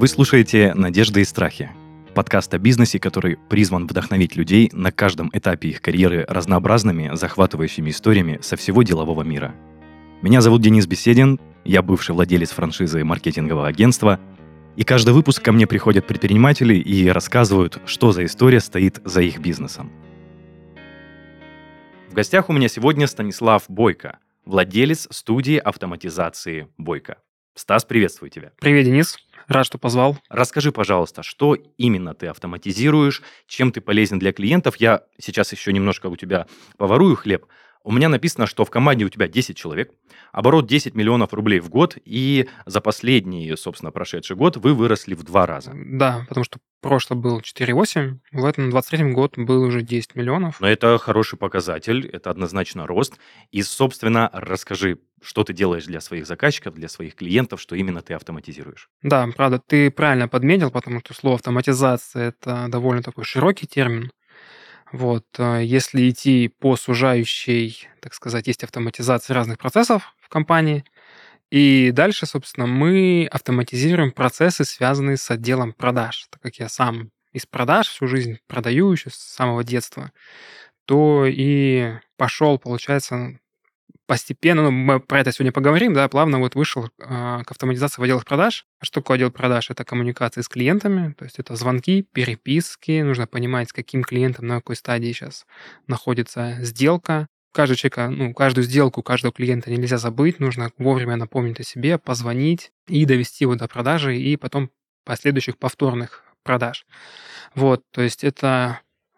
Вы слушаете «Надежды и страхи» — подкаст о бизнесе, который призван вдохновить людей на каждом этапе их карьеры разнообразными, захватывающими историями со всего делового мира. Меня зовут Денис Беседин, я бывший владелец франшизы маркетингового агентства, и каждый выпуск ко мне приходят предприниматели и рассказывают, что за история стоит за их бизнесом. В гостях у меня сегодня Станислав Бойко, владелец студии автоматизации Бойко. Стас, приветствую тебя. Привет, Денис. Рад, что позвал. Расскажи, пожалуйста, что именно ты автоматизируешь, чем ты полезен для клиентов. Я сейчас еще немножко у тебя поворую хлеб. У меня написано, что в команде у тебя 10 человек, оборот 10 миллионов рублей в год, и за последний, собственно, прошедший год вы выросли в 2 раза. Да, потому что прошлый был 4,8, в этом 23-м год был уже 10 миллионов. Но это хороший показатель, это однозначно рост. И, собственно, расскажи, что ты делаешь для своих заказчиков, для своих клиентов, что именно ты автоматизируешь. Да, правда, ты правильно подметил, потому что слово автоматизация – это довольно такой широкий термин. Вот, если идти по сужающей, так сказать, есть автоматизация разных процессов в компании, и дальше, собственно, мы автоматизируем процессы, связанные с отделом продаж. Так как я сам из продаж всю жизнь продаю еще с самого детства, то и пошел, получается, постепенно, мы про это сегодня поговорим, да, плавно вот вышел к автоматизации в отделах продаж. А что такое отдел продаж? Это коммуникации с клиентами, то есть это звонки, переписки, нужно понимать, с каким клиентом, на какой стадии сейчас находится сделка. Каждого человека, каждую сделку, каждого клиента нельзя забыть, нужно вовремя напомнить о себе, позвонить и довести его до продажи, и потом последующих повторных продаж. Вот, то есть это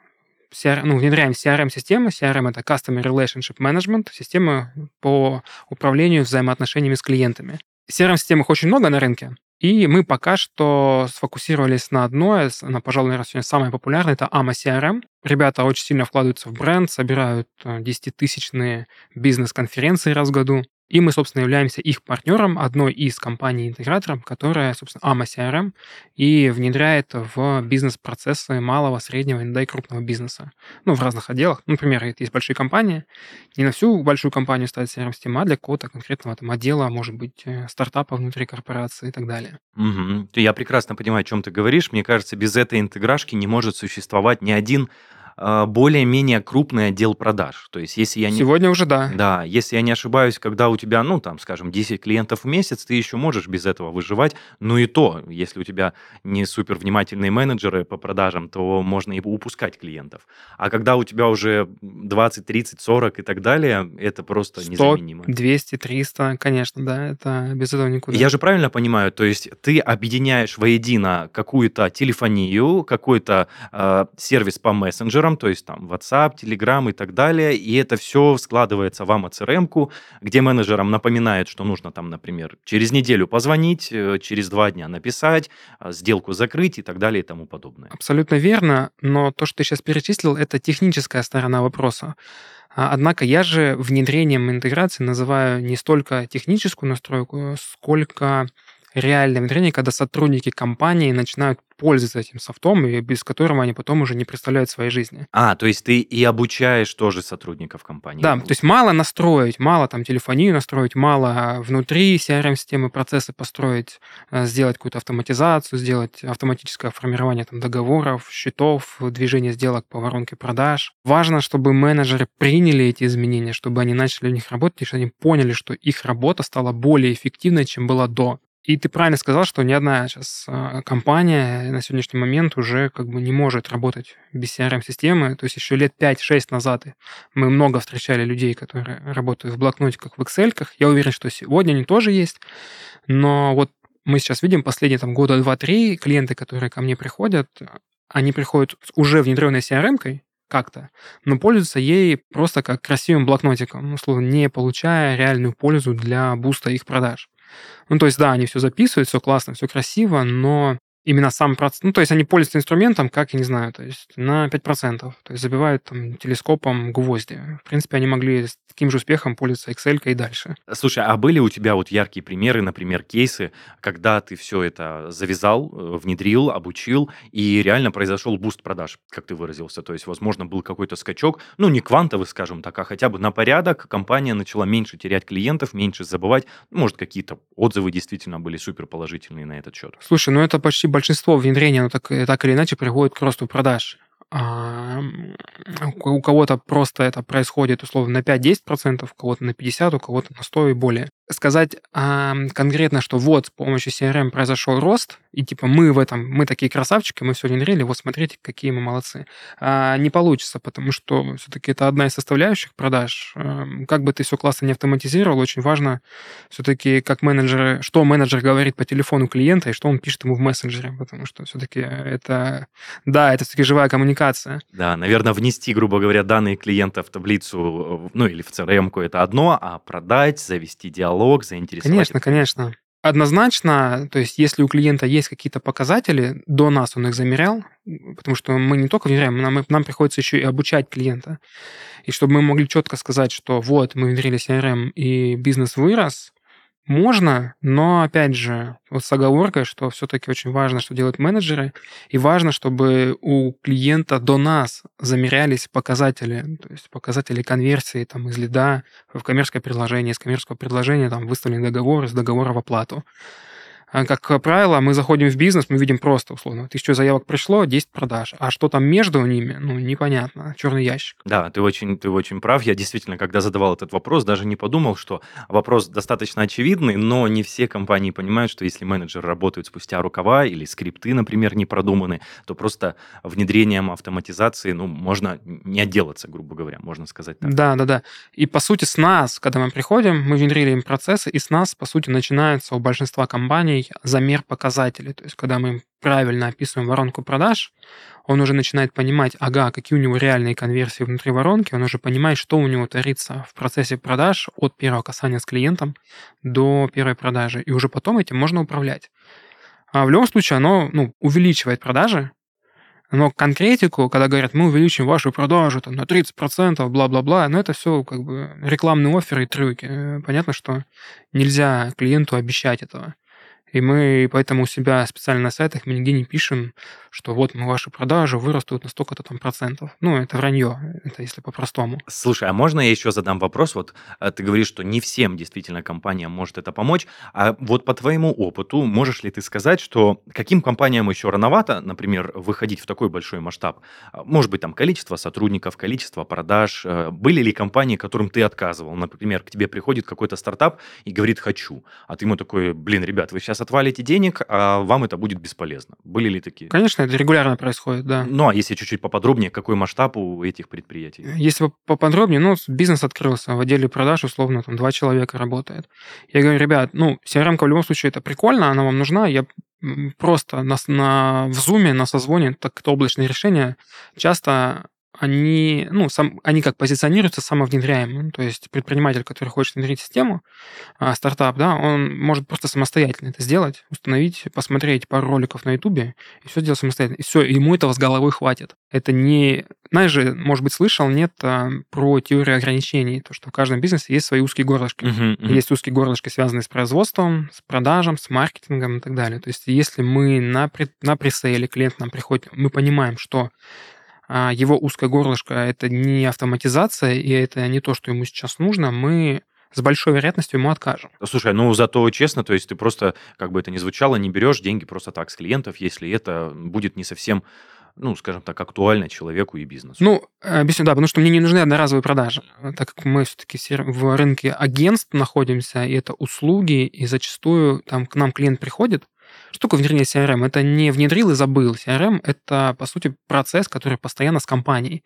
внедряем CRM-системы. CRM — это Customer Relationship Management, система по управлению взаимоотношениями с клиентами. CRM-систем их очень много на рынке, и мы пока что сфокусировались на одной, она, пожалуй, наверное, сегодня самая популярная, это AMA CRM. Ребята очень сильно вкладываются в бренд, собирают 10-тысячные бизнес-конференции раз в году. И мы, собственно, являемся их партнером, одной из компаний-интеграторов, которая, собственно, AMA CRM, и внедряет в бизнес-процессы малого, среднего, иногда и крупного бизнеса. В разных отделах. Например, есть большие компании. Не на всю большую компанию ставят CRM-система, а для какого-то конкретного отдела, может быть, стартапа внутри корпорации и так далее. Угу. Я прекрасно понимаю, о чем ты говоришь. Мне кажется, без этой интеграшки не может существовать ни один более-менее крупный отдел продаж. То есть, если я не... Сегодня уже да. Да, если я не ошибаюсь, когда у тебя, скажем, 10 клиентов в месяц, ты еще можешь без этого выживать. Но и то, если у тебя не супер внимательные менеджеры по продажам, то можно и упускать клиентов. А когда у тебя уже 20, 30, 40 и так далее, это просто 100, незаменимо. 200, 300, конечно, да, это без этого никуда. Я же правильно понимаю, то есть ты объединяешь воедино какую-то телефонию, какой-то сервис по мессенджерам, то есть там WhatsApp, Telegram и так далее, и это все складывается в AMA CRM-ку, где менеджерам напоминают, что нужно там, например, через неделю позвонить, через 2 дня написать, сделку закрыть и так далее и тому подобное. Абсолютно верно, но то, что ты сейчас перечислил, это техническая сторона вопроса. Однако я же внедрением интеграции называю не столько техническую настройку, сколько реальное внедрение, когда сотрудники компании начинают пользоваться этим софтом, и без которого они потом уже не представляют своей жизни. То есть ты и обучаешь тоже сотрудников компании? Да, то есть мало настроить, мало там телефонию настроить, мало внутри CRM-системы процессы построить, сделать какую-то автоматизацию, сделать автоматическое формирование там договоров, счетов, движение сделок по воронке продаж. Важно, чтобы менеджеры приняли эти изменения, чтобы они начали в них работать, и чтобы они поняли, что их работа стала более эффективной, чем была до. И ты правильно сказал, что ни одна сейчас компания на сегодняшний момент уже не может работать без CRM-системы. То есть еще лет 5-6 назад мы много встречали людей, которые работают в блокнотиках, в Excel-ках. Я уверен, что сегодня они тоже есть. Но вот мы сейчас видим последние года 2-3 клиенты, которые ко мне приходят, они приходят с уже внедренной CRM-кой как-то, но пользуются ей просто как красивым блокнотиком, условно, не получая реальную пользу для буста их продаж. То есть, да, они все записывают, все классно, все красиво, но именно сам процесс. Ну, то есть они пользуются инструментом, как, я не знаю, то есть на 5%. То есть забивают там телескопом гвозди. В принципе, они могли с таким же успехом пользоваться Excel и дальше. Слушай, а были у тебя вот яркие примеры, например, кейсы, когда ты все это завязал, внедрил, обучил, и реально произошел буст продаж, как ты выразился? То есть, возможно, был какой-то скачок, ну, не квантовый, скажем так, а хотя бы на порядок. Компания начала меньше терять клиентов, меньше забывать. Может, какие-то отзывы действительно были супер положительные на этот счет. Слушай, ну это почти большинство внедрений, оно так или иначе приводит к росту продаж. У кого-то просто это происходит условно на 5-10%, у кого-то на 50%, у кого-то на 100% и более. Сказать конкретно, что вот с помощью CRM произошел рост, и типа мы такие красавчики, мы все внедрили, вот смотрите, какие мы молодцы. Не получится, потому что все-таки это одна из составляющих продаж. Как бы ты все классно не автоматизировал, очень важно все-таки как менеджер, что менеджер говорит по телефону клиента и что он пишет ему в мессенджере, потому что все-таки это все-таки живая коммуникация. Да, наверное, внести, грубо говоря, данные клиента в таблицу, ну, или в CRM-ку это одно, а продать, завести диалог, заинтересовать. Конечно, конечно. Однозначно, то есть если у клиента есть какие-то показатели, до нас он их замерял, потому что мы не только внедряем, нам приходится еще и обучать клиента. И чтобы мы могли четко сказать, что вот мы внедрили CRM и бизнес вырос, можно, но, опять же, вот с оговоркой, что все-таки очень важно, что делают менеджеры, и важно, чтобы у клиента до нас замерялись показатели, то есть показатели конверсии там, из лида в коммерческое предложение, из коммерческого предложения там, выставленный договор, из договора в оплату. Как правило, мы заходим в бизнес, мы видим просто, условно, 1000 заявок пришло, 10 продаж. А что там между ними, ну, непонятно. Черный ящик. Да, ты очень прав. Я действительно, когда задавал этот вопрос, даже не подумал, что вопрос достаточно очевидный, но не все компании понимают, что если менеджер работает спустя рукава или скрипты, например, не продуманы, то просто внедрением автоматизации, ну, можно не отделаться, грубо говоря, можно сказать так. Да. И, по сути, с нас, когда мы приходим, мы внедрили им процессы, и с нас, по сути, начинается у большинства компаний замер показателей. То есть, когда мы правильно описываем воронку продаж, он уже начинает понимать, какие у него реальные конверсии внутри воронки, он уже понимает, что у него творится в процессе продаж от первого касания с клиентом до первой продажи. И уже потом этим можно управлять. В любом случае, оно увеличивает продажи, но конкретику, когда говорят, мы увеличим вашу продажу там, на 30%, бла-бла-бла, это все как бы рекламные офферы и трюки. Понятно, что нельзя клиенту обещать этого. И мы поэтому у себя специально на сайтах мы нигде не пишем, что вот ваши продажи вырастут на столько-то там процентов. Это вранье, это если по-простому. Слушай, а можно я еще задам вопрос? Вот ты говоришь, что не всем действительно компаниям может это помочь. А вот по твоему опыту, можешь ли ты сказать, что каким компаниям еще рановато, например, выходить в такой большой масштаб? Может быть, там количество сотрудников, количество продаж. Были ли компании, которым ты отказывал? Например, к тебе приходит какой-то стартап и говорит «хочу», а ты ему такой: блин, ребят, вы сейчас отвалите денег, а вам это будет бесполезно. Были ли такие? Конечно, это регулярно происходит, да. Ну, а если чуть-чуть поподробнее, какой масштаб у этих предприятий? Если поподробнее, бизнес открылся, в отделе продаж, условно, там 2 человека работает. Я говорю, ребят, CRM-ка в любом случае это прикольно, она вам нужна, я просто в Zoom, на созвоне, так это облачные решения, часто они как позиционируются самовнедряемым. То есть предприниматель, который хочет внедрить систему, стартап, да, он может просто самостоятельно это сделать, установить, посмотреть пару роликов на Ютубе и все сделать самостоятельно. И все, ему этого с головой хватит. Это не... Знаешь же, может быть, слышал, нет, про теорию ограничений, то, что в каждом бизнесе есть свои узкие горлышки. Есть узкие горлышки, связанные с производством, с продажем, с маркетингом и так далее. То есть если мы на пресейле, клиент нам приходит, мы понимаем, что его узкое горлышко – это не автоматизация, и это не то, что ему сейчас нужно, мы с большой вероятностью ему откажем. Слушай, зато честно, то есть ты просто, как бы это ни звучало, не берешь деньги просто так с клиентов, если это будет не совсем, скажем так, актуально человеку и бизнесу. Объясню, да, потому что мне не нужны одноразовые продажи, так как мы все-таки в рынке агентств находимся, и это услуги, и зачастую там к нам клиент приходит. Что такое внедрение CRM? Это не внедрил и забыл. CRM – это, по сути, процесс, который постоянно с компанией.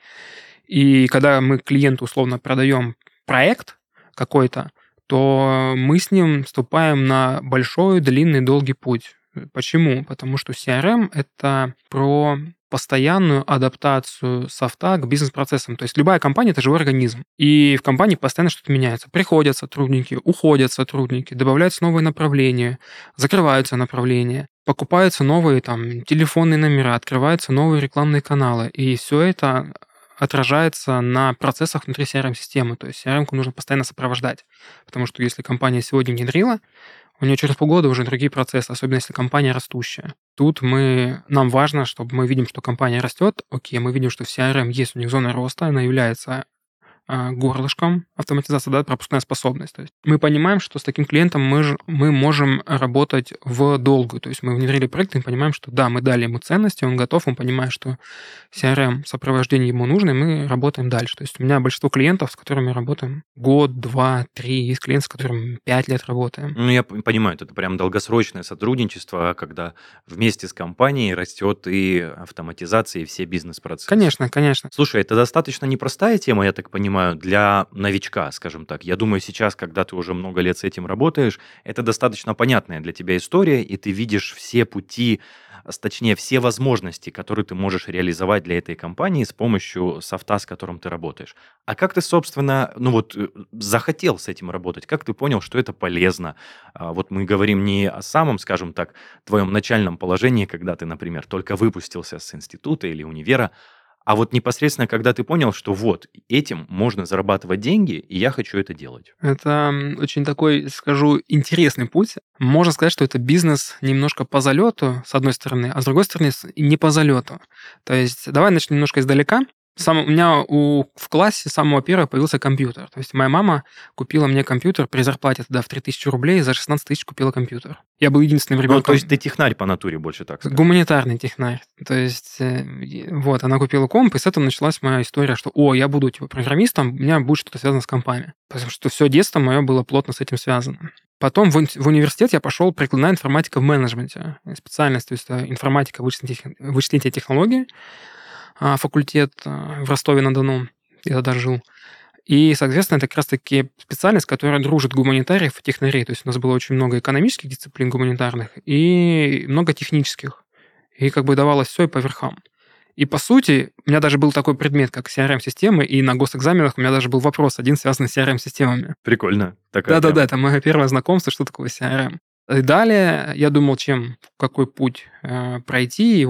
И когда мы клиенту условно продаем проект какой-то, то мы с ним вступаем на большой, длинный, долгий путь. Почему? Потому что CRM – это про постоянную адаптацию софта к бизнес-процессам. То есть любая компания – это живой организм. И в компании постоянно что-то меняется. Приходят сотрудники, уходят сотрудники, добавляются новые направления, закрываются направления, покупаются новые там телефонные номера, открываются новые рекламные каналы. И все это отражается на процессах внутри CRM-системы. То есть CRM-ку нужно постоянно сопровождать. Потому что если компания сегодня внедрила, у нее через полгода уже другие процессы, особенно если компания растущая. Тут нам важно, чтобы мы видим, что компания растет. Окей, мы видим, что в CRM есть у них зона роста, она является горлышком автоматизации, да, пропускная способность. То есть мы понимаем, что с таким клиентом мы можем работать в долгую. То есть мы внедрили проект и понимаем, что да, мы дали ему ценности, он готов, он понимает, что CRM-сопровождение ему нужно, и мы работаем дальше. То есть у меня большинство клиентов, с которыми работаем год, два, три, есть клиенты, с которыми 5 лет работаем. Ну, я понимаю, это прям долгосрочное сотрудничество, когда вместе с компанией растет и автоматизация, и все бизнес-процессы. Конечно, конечно. Слушай, это достаточно непростая тема, я так понимаю, для новичка, скажем так. Я думаю, сейчас, когда ты уже много лет с этим работаешь, это достаточно понятная для тебя история, и ты видишь все пути, точнее, все возможности, которые ты можешь реализовать для этой компании с помощью софта, с которым ты работаешь. А как ты, собственно, захотел с этим работать? Как ты понял, что это полезно? Вот мы говорим не о самом, скажем так, твоем начальном положении, когда ты, например, только выпустился с института или универа, а вот непосредственно, когда ты понял, что вот этим можно зарабатывать деньги, и я хочу это делать. Это очень такой, скажу, интересный путь. Можно сказать, что это бизнес немножко по залету, с одной стороны, а с другой стороны, не по залету. То есть давай начнем немножко издалека. У меня в классе с самого первого появился компьютер. То есть моя мама купила мне компьютер при зарплате тогда в 3000 рублей, за 16 тысяч купила компьютер. Я был единственным ребенком. То есть ты технарь по натуре больше, так сказать. Гуманитарный технарь. То есть вот, она купила комп, и с этого началась моя история, что я буду программистом, у меня будет что-то связано с компами. Потому что все детство мое было плотно с этим связано. Потом в университет я пошел прикладная информатика в менеджменте. Специальность, то есть информатика вычислительной технологии. Факультет в Ростове-на-Дону, я тогда жил. И, соответственно, это как раз-таки специальность, которая дружит гуманитариев и технарей. То есть у нас было очень много экономических дисциплин гуманитарных и много технических. И как бы давалось все и по верхам. И, по сути, у меня даже был такой предмет, как CRM-системы, и на госэкзаменах у меня даже был вопрос один, связанный с CRM-системами. Прикольно. Да-да-да, это мое первое знакомство, что такое CRM. И далее я думал, какой путь пройти,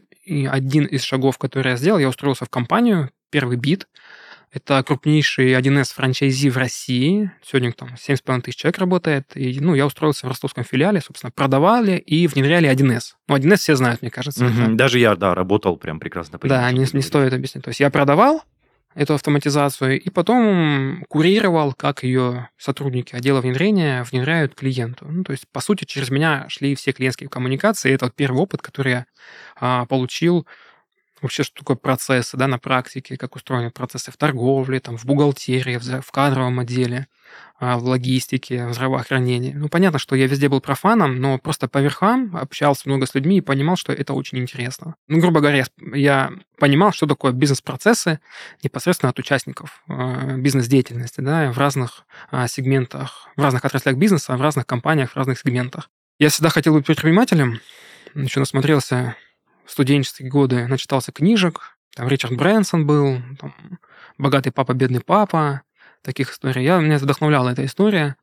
и один из шагов, который я сделал, я устроился в компанию, первый бит. Это крупнейший 1С франчайзи в России. Сегодня там 7,5 тысяч человек работает. И я устроился в ростовском филиале, собственно, продавали и внедряли 1С. 1С все знают, мне кажется. Даже я, работал, прям прекрасно понимаю. Да, не стоит объяснять. То есть я продавал эту автоматизацию и потом курировал, как ее сотрудники отдела внедрения внедряют клиенту. То есть, по сути, через меня шли все клиентские коммуникации. И это первый опыт, который я получил. Вообще, что такое процессы, на практике, как устроены процессы в торговле, в бухгалтерии, в кадровом отделе, в логистике, в здравоохранении. Понятно, что я везде был профаном, но просто по верхам общался много с людьми и понимал, что это очень интересно. Грубо говоря, я понимал, что такое бизнес-процессы непосредственно от участников бизнес-деятельности, в разных сегментах, в разных отраслях бизнеса, в разных компаниях, в разных сегментах. Я всегда хотел быть предпринимателем, еще насмотрелся в студенческие годы, начитался книжек, Ричард Брэнсон был, «Богатый папа, бедный папа», таких историй. Меня вдохновляла эта история.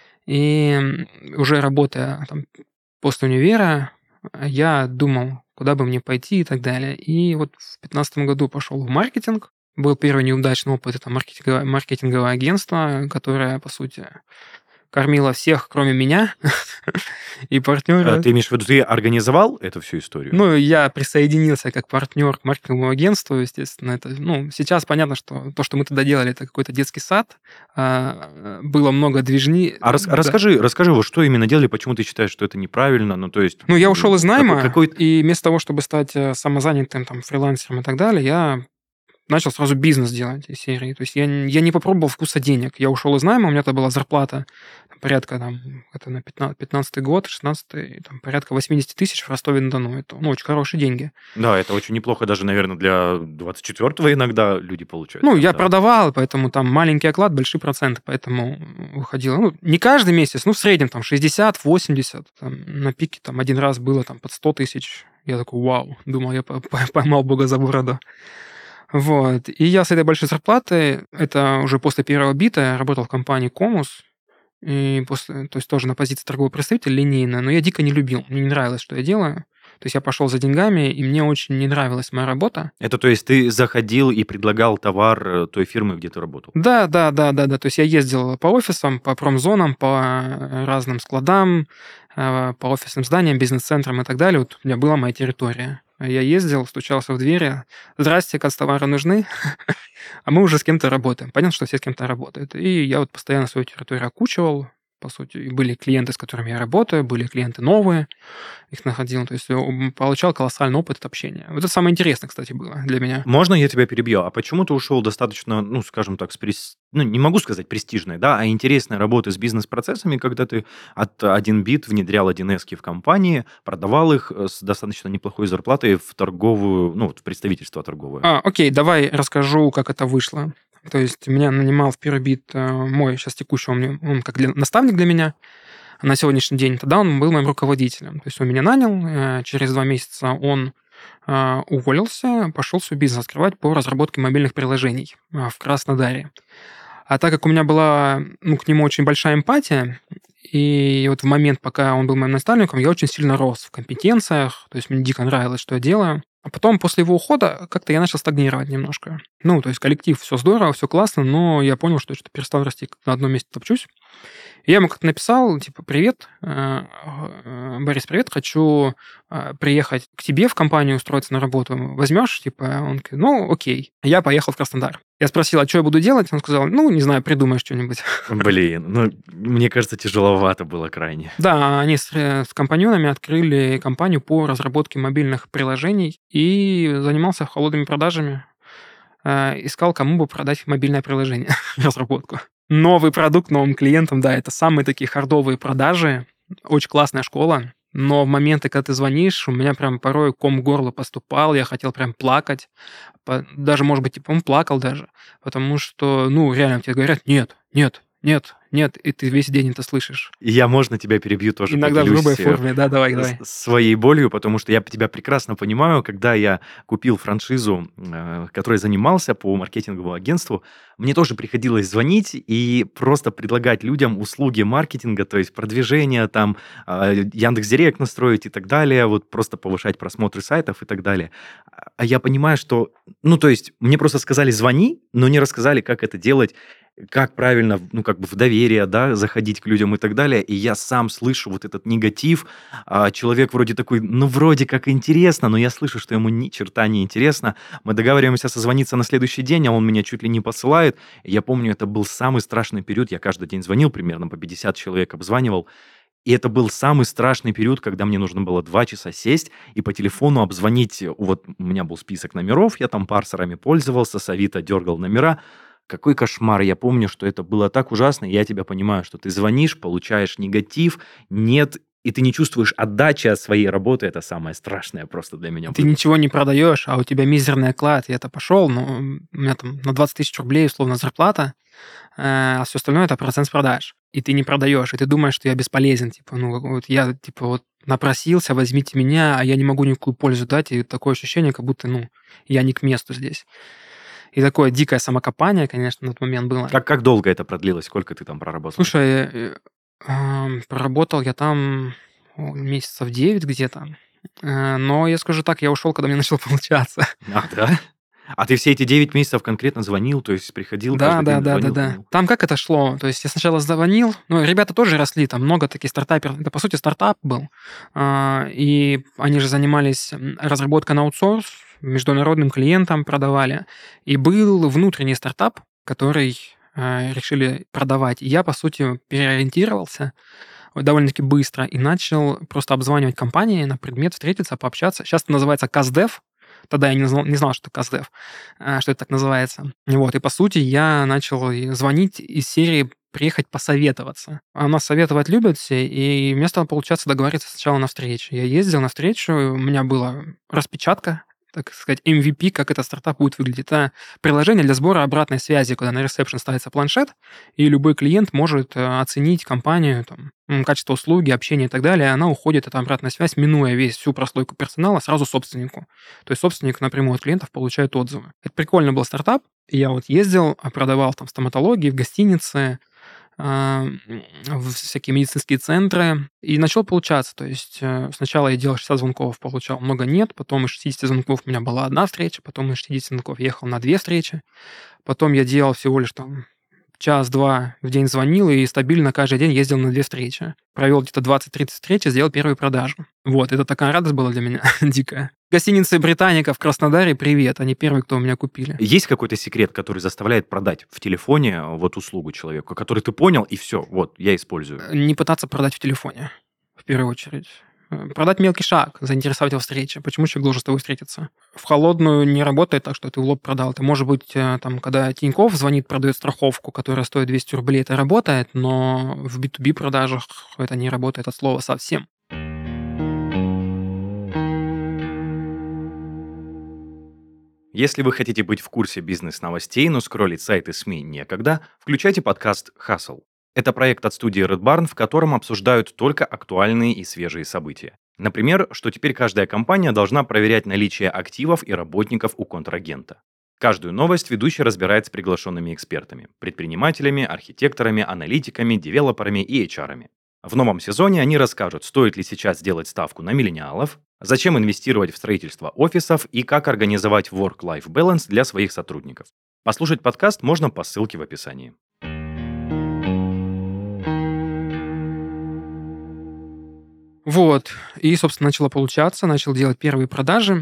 И уже работая после универа, я думал, куда бы мне пойти и так далее. И в 2015 году пошел в маркетинг. Был первый неудачный опыт, это маркетинговое агентство, которое, по сути, кормила всех, кроме меня и партнера. Ты имеешь в виду, ты организовал эту всю историю? Я присоединился как партнер к маркетинговому агентству, естественно. Это, сейчас понятно, что то, что мы тогда делали, это какой-то детский сад. Было много движней. Расскажи, что именно делали, почему ты считаешь, что это неправильно? Я ушел из найма, и вместо того, чтобы стать самозанятым фрилансером и так далее, я начал сразу бизнес делать из серии. То есть я не попробовал вкуса денег. Я ушел из найма, у меня тогда была зарплата порядка, это на 15-й год, 16-й, порядка 80 тысяч в Ростове-на-Дону. Это, очень хорошие деньги. Да, это очень неплохо даже, наверное, для 24-го иногда люди получают. Я продавал, поэтому маленький оклад, большие проценты, поэтому выходило. Не каждый месяц, в среднем 60-80. На пике один раз было под 100 тысяч Я такой, вау, думал, я поймал Бога за бороду. Вот. И я с этой большой зарплаты, это уже после первого бита, я работал в компании Комус, и после, то есть тоже на позиции торгового представителя линейно, но я дико не любил, мне не нравилось, что я делаю. То есть я пошел за деньгами, и мне очень не нравилась моя работа. Это то есть ты заходил и предлагал товар той фирмы, где ты работал? Да. То есть я ездил по офисам, по промзонам, по разным складам, по офисным зданиям, бизнес-центрам и так далее. Вот у меня была моя территория. Я ездил, стучался в двери. Здрасте, товары нужны? А мы уже с кем-то работаем. Понятно, что все с кем-то работают. И я вот постоянно свою территорию окучивал. По сути, и были клиенты, с которыми я работаю, были клиенты новые, их находил. То есть получал колоссальный опыт от общения. Вот это самое интересное, кстати, было для меня. Можно я тебя перебью? А почему ты ушел достаточно, ну, скажем так, не могу сказать престижной, да, а интересной работы с бизнес-процессами, когда ты от 1Бит внедрял 1С в компании, продавал их с достаточно неплохой зарплатой в торговую, ну, в представительство торговое? Окей, давай расскажу, как это вышло. То есть меня нанимал в первый бит мой сейчас текущий, он как наставник для меня на сегодняшний день. Тогда он был моим руководителем. То есть он меня нанял, через 2 месяца он уволился, пошел свой бизнес открывать по разработке мобильных приложений в Краснодаре. А так как у меня была к нему очень большая эмпатия, и вот в момент, пока он был моим наставником, я очень сильно рос в компетенциях, то есть мне дико нравилось, что я делаю. А потом, после его ухода, как-то я начал стагнировать немножко. То есть коллектив, все здорово, все классно, но я понял, что я что-то перестал расти, на одном месте топчусь. И я ему как-то написал, типа, привет, Борис, привет, хочу приехать к тебе в компанию, устроиться на работу, возьмешь? Типа, он говорит, окей. Я поехал в Краснодар. Я спросил, а что я буду делать? Он сказал, не знаю, придумай что-нибудь. Блин, мне кажется, тяжеловато было крайне. Да, они с компаньонами открыли компанию по разработке мобильных приложений и занимался холодными продажами. Искал, кому бы продать мобильное приложение, разработку. Новый продукт новым клиентам, да, это самые такие хардовые продажи. Очень классная школа. Но в моменты, когда ты звонишь, у меня прям порой ком в горло поступал, я хотел прям плакать. Даже, может быть, он плакал даже. Потому что, реально тебе говорят, нет, и ты весь день это слышишь. Я, можно, тебя перебью тоже? Иногда в грубой форме, да, давай. Своей болью, потому что я тебя прекрасно понимаю, когда я купил франшизу, которой занимался по маркетинговому агентству, мне тоже приходилось звонить и просто предлагать людям услуги маркетинга, то есть продвижение, там, Яндекс.Директ настроить и так далее, вот просто повышать просмотры сайтов и так далее. А я понимаю, что, то есть мне просто сказали звони, но не рассказали, как это делать, как правильно, в доверие, да, заходить к людям и так далее. И я сам слышу вот этот негатив. Человек вроде такой, вроде как интересно, но я слышу, что ему ни черта не интересно. Мы договариваемся созвониться на следующий день, а он меня чуть ли не посылает. И я помню, это был самый страшный период. Я каждый день звонил, примерно по 50 человек обзванивал. И это был самый страшный период, когда мне нужно было 2 часа сесть и по телефону обзвонить. Вот у меня был список номеров, я там парсерами пользовался, с Авито дергал номера. Какой кошмар. Я помню, что это было так ужасно. Я тебя понимаю, что ты звонишь, получаешь негатив, нет, и ты не чувствуешь отдачи от своей работы. Это самое страшное просто для меня Ты было. ничего не продаешь, а у тебя мизерный оклад. Я-то пошел, у меня там на 20 тысяч рублей условно зарплата, а все остальное это процент с продаж. И ты не продаешь, и ты думаешь, что я бесполезен. Я напросился, возьмите меня, а я не могу никакую пользу дать, и такое ощущение, как будто, я не к месту здесь. И такое дикое самокопание, конечно, на тот момент было. Как долго это продлилось? Сколько ты там проработал? Слушай, проработал я там месяцев 9 где-то. Но я скажу так, я ушел, когда мне начало получаться. Да? А ты все эти 9 месяцев конкретно звонил, то есть приходил Да. каждый день, звонил? Там как это шло? То есть я сначала звонил, ребята тоже росли, там много таких стартаперов. Это, по сути, стартап был. И они же занимались разработкой на аутсорс, международным клиентам продавали. И был внутренний стартап, который решили продавать. И я, по сути, переориентировался довольно-таки быстро и начал просто обзванивать компании на предмет встретиться, пообщаться. Сейчас это называется КАЗДЕВ. Тогда я не знал, что это КАЗДЕВ, что это так называется. И, по сути, я начал звонить из серии «Приехать посоветоваться». А нас советовать любят все, и мне стало получаться договориться сначала на встрече. Я ездил на встречу, у меня была распечатка так сказать, MVP, как этот стартап будет выглядеть. Это приложение для сбора обратной связи, куда на ресепшн ставится планшет, и любой клиент может оценить компанию, там, качество услуги, общение и так далее. Она уходит, эта обратная связь, минуя всю прослойку персонала, сразу собственнику. То есть собственник напрямую от клиентов получает отзывы. Это прикольный был стартап. И я вот ездил, продавал там в стоматологии, в гостинице, в всякие медицинские центры, и начало получаться. То есть сначала я делал 60 звонков, получал много нет, потом из 60 звонков у меня была одна встреча, потом из 60 звонков ехал на 2 встречи, потом я делал всего лишь там час-два в день звонил и стабильно каждый день ездил на 2 встречи. Провел где-то 20-30 встреч и сделал первую продажу. Вот, это такая радость была для меня дикая. Гостиница «Британика» в Краснодаре, привет, они первые, кто у меня купили. Есть какой-то секрет, который заставляет продать в телефоне вот услугу человеку, который ты понял, и все, вот, я использую? Не пытаться продать в телефоне, в первую очередь. Продать мелкий шаг, заинтересовать его встрече. Почему человек должен с тобой встретиться? В холодную не работает так, что ты в лоб продал. Ты, может быть, там, когда Тинькофф звонит, продает страховку, которая стоит 200 рублей, это работает, но в B2B продажах это не работает от слова совсем. Если вы хотите быть в курсе бизнес-новостей, но скроллить сайты СМИ некогда, включайте подкаст «Hustle». Это проект от студии Red Barn, в котором обсуждают только актуальные и свежие события. Например, что теперь каждая компания должна проверять наличие активов и работников у контрагента. Каждую новость ведущий разбирает с приглашенными экспертами, предпринимателями, архитекторами, аналитиками, девелоперами и HR-ами. В новом сезоне они расскажут, стоит ли сейчас сделать ставку на миллениалов, зачем инвестировать в строительство офисов и как организовать work-life balance для своих сотрудников. Послушать подкаст можно по ссылке в описании. Вот. И, собственно, начало получаться, начал делать первые продажи,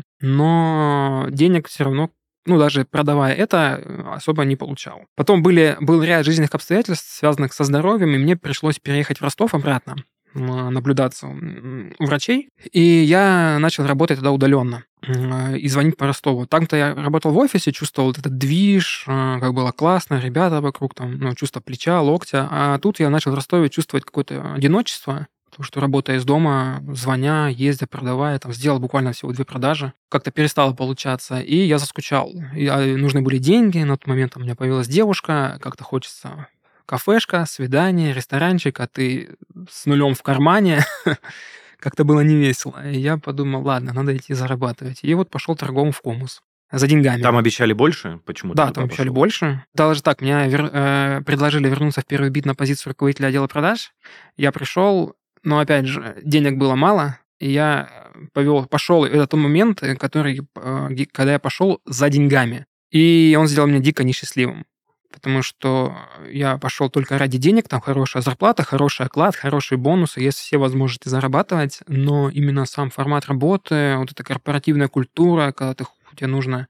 но денег все равно, даже продавая это, особо не получал. Потом был ряд жизненных обстоятельств, связанных со здоровьем, и мне пришлось переехать в Ростов обратно, наблюдаться у врачей. И я начал работать тогда удаленно и звонить по Ростову. Там-то я работал в офисе, чувствовал этот движ, как было классно, ребята вокруг, там, чувство плеча, локтя. А тут я начал в Ростове чувствовать какое-то одиночество, потому что, работая из дома, звоня, ездя, продавая, сделал буквально всего 2 продажи. Как-то перестало получаться, и я заскучал. Нужны были деньги, на тот момент у меня появилась девушка, как-то хочется кафешка, свидание, ресторанчик, а ты с нулем в кармане. Как-то было невесело. И я подумал, ладно, надо идти зарабатывать. И вот пошел торгом в Комус. За деньгами. Там обещали больше? Почему Да, там обещали больше. Даже так, меня предложили вернуться в первый бит на позицию руководителя отдела продаж. Я пришел, но, опять же, денег было мало, и я пошел. Это тот момент, когда я пошел за деньгами. И он сделал меня дико несчастливым. Потому что я пошел только ради денег, там хорошая зарплата, хороший оклад, хорошие бонусы, есть все возможности зарабатывать, но именно сам формат работы, вот эта корпоративная культура, когда тебе нужно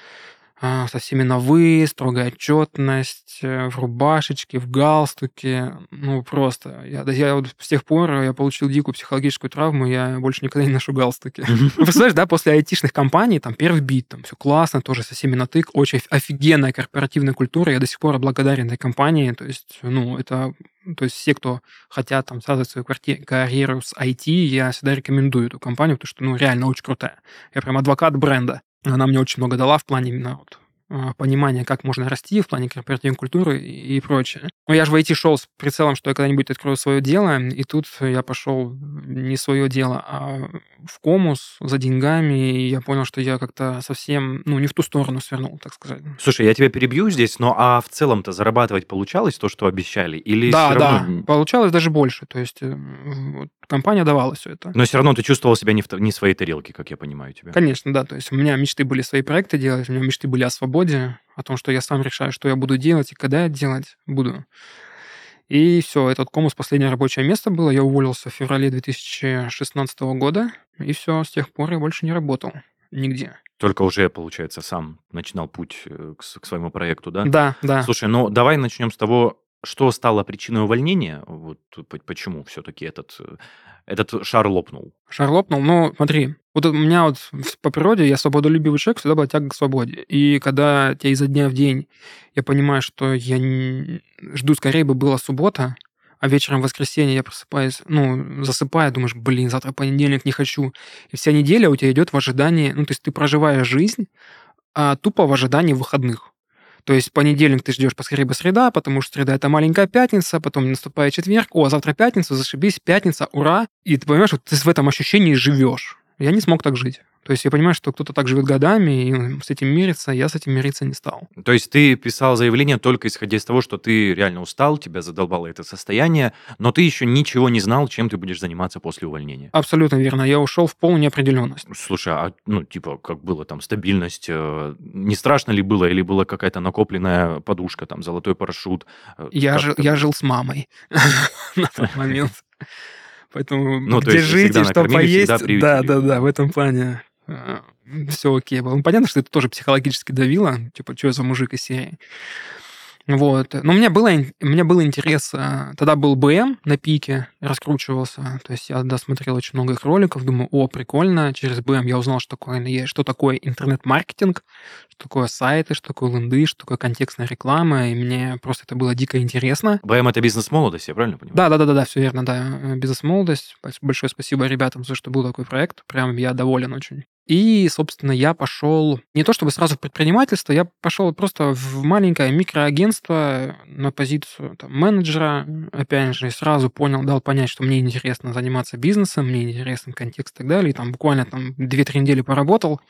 со всеми на «вы», строгая отчетность, в рубашечке, в галстуке. Просто. Я вот с тех пор я получил дикую психологическую травму, я больше никогда не ношу галстуки. Представляешь, да, после айтишных компаний, там, первый бит, там, все классно, тоже со всеми на «ты», очень офигенная корпоративная культура, я до сих пор благодарен этой компании, то есть, все, кто хотят там связывать свою карьеру с IT, я всегда рекомендую эту компанию, потому что, реально очень крутая. Я прям адвокат бренда. Она мне очень много дала в плане именно понимания, как можно расти, в плане корпоративной культуры и прочее. Но я же в IT шел с прицелом, что я когда-нибудь открою свое дело, и тут я пошел не свое дело, а в Комус за деньгами, и я понял, что я как-то совсем, не в ту сторону свернул, так сказать. Слушай, я тебя перебью здесь, а в целом-то зарабатывать получалось то, что обещали? Или Да, все равно... да, получалось даже больше, то есть компания давала все это. Но все равно ты чувствовал себя не в своей тарелке, как я понимаю тебя. Конечно, да, то есть у меня мечты были свои проекты делать, у меня мечты были о свободе, о том, что я сам решаю, что я буду делать и когда я делать буду. И все, этот Комус последнее рабочее место было. Я уволился в феврале 2016 года, и все, с тех пор я больше не работал нигде. Только уже, получается, сам начинал путь к своему проекту, да? Да, да. Слушай, давай начнем с того, что стало причиной увольнения. Вот почему все-таки этот шар лопнул? Шар лопнул, смотри, вот у меня по природе я свободолюбивый человек, всегда была тяга к свободе. И когда тебя изо дня в день я понимаю, что я жду, скорее бы была суббота, а вечером в воскресенье я просыпаюсь, засыпаю, думаешь, блин, завтра понедельник, не хочу. И вся неделя у тебя идет в ожидании, то есть ты проживаешь жизнь тупо в ожидании выходных. То есть понедельник ты ждешь поскорее бы среда, потому что среда — это маленькая пятница, потом наступает четверг, завтра пятница, зашибись, пятница, ура. И ты понимаешь, вот ты в этом ощущении живешь. Я не смог так жить. То есть я понимаю, что кто-то так живет годами, и с этим мирится, я с этим мириться не стал. То есть ты писал заявление только исходя из того, что ты реально устал, тебя задолбало это состояние, но ты еще ничего не знал, чем ты будешь заниматься после увольнения. Абсолютно верно. Я ушел в полную неопределенность. Слушай, как было там стабильность? Не страшно ли было? Или была какая-то накопленная подушка, там, золотой парашют? Я жил с мамой на тот момент. Поэтому то где есть жить всегда и что накормили, всегда поесть, приютили. да, в этом плане все окей было. Понятно, что это тоже психологически давило, типа, что я за мужик из серии. Вот. Но у меня был интерес. Тогда был БМ на пике, раскручивался. То есть я досмотрел очень много их роликов, думаю, прикольно. Через БМ я узнал, что такое интернет-маркетинг, что такое сайты, что такое ленды, что такое контекстная реклама. И мне просто это было дико интересно. БМ — это бизнес-молодость, я правильно понимаю? Да, все верно, да. Бизнес-молодость. Большое спасибо ребятам за то, что был такой проект. Прям я доволен очень. И, собственно, я пошел не то чтобы сразу в предпринимательство, я пошел просто в маленькое микроагентство на позицию менеджера, опять же, и сразу дал понять, что мне интересно заниматься бизнесом, мне интересен контекст и так далее. И там буквально 2-3 недели поработал,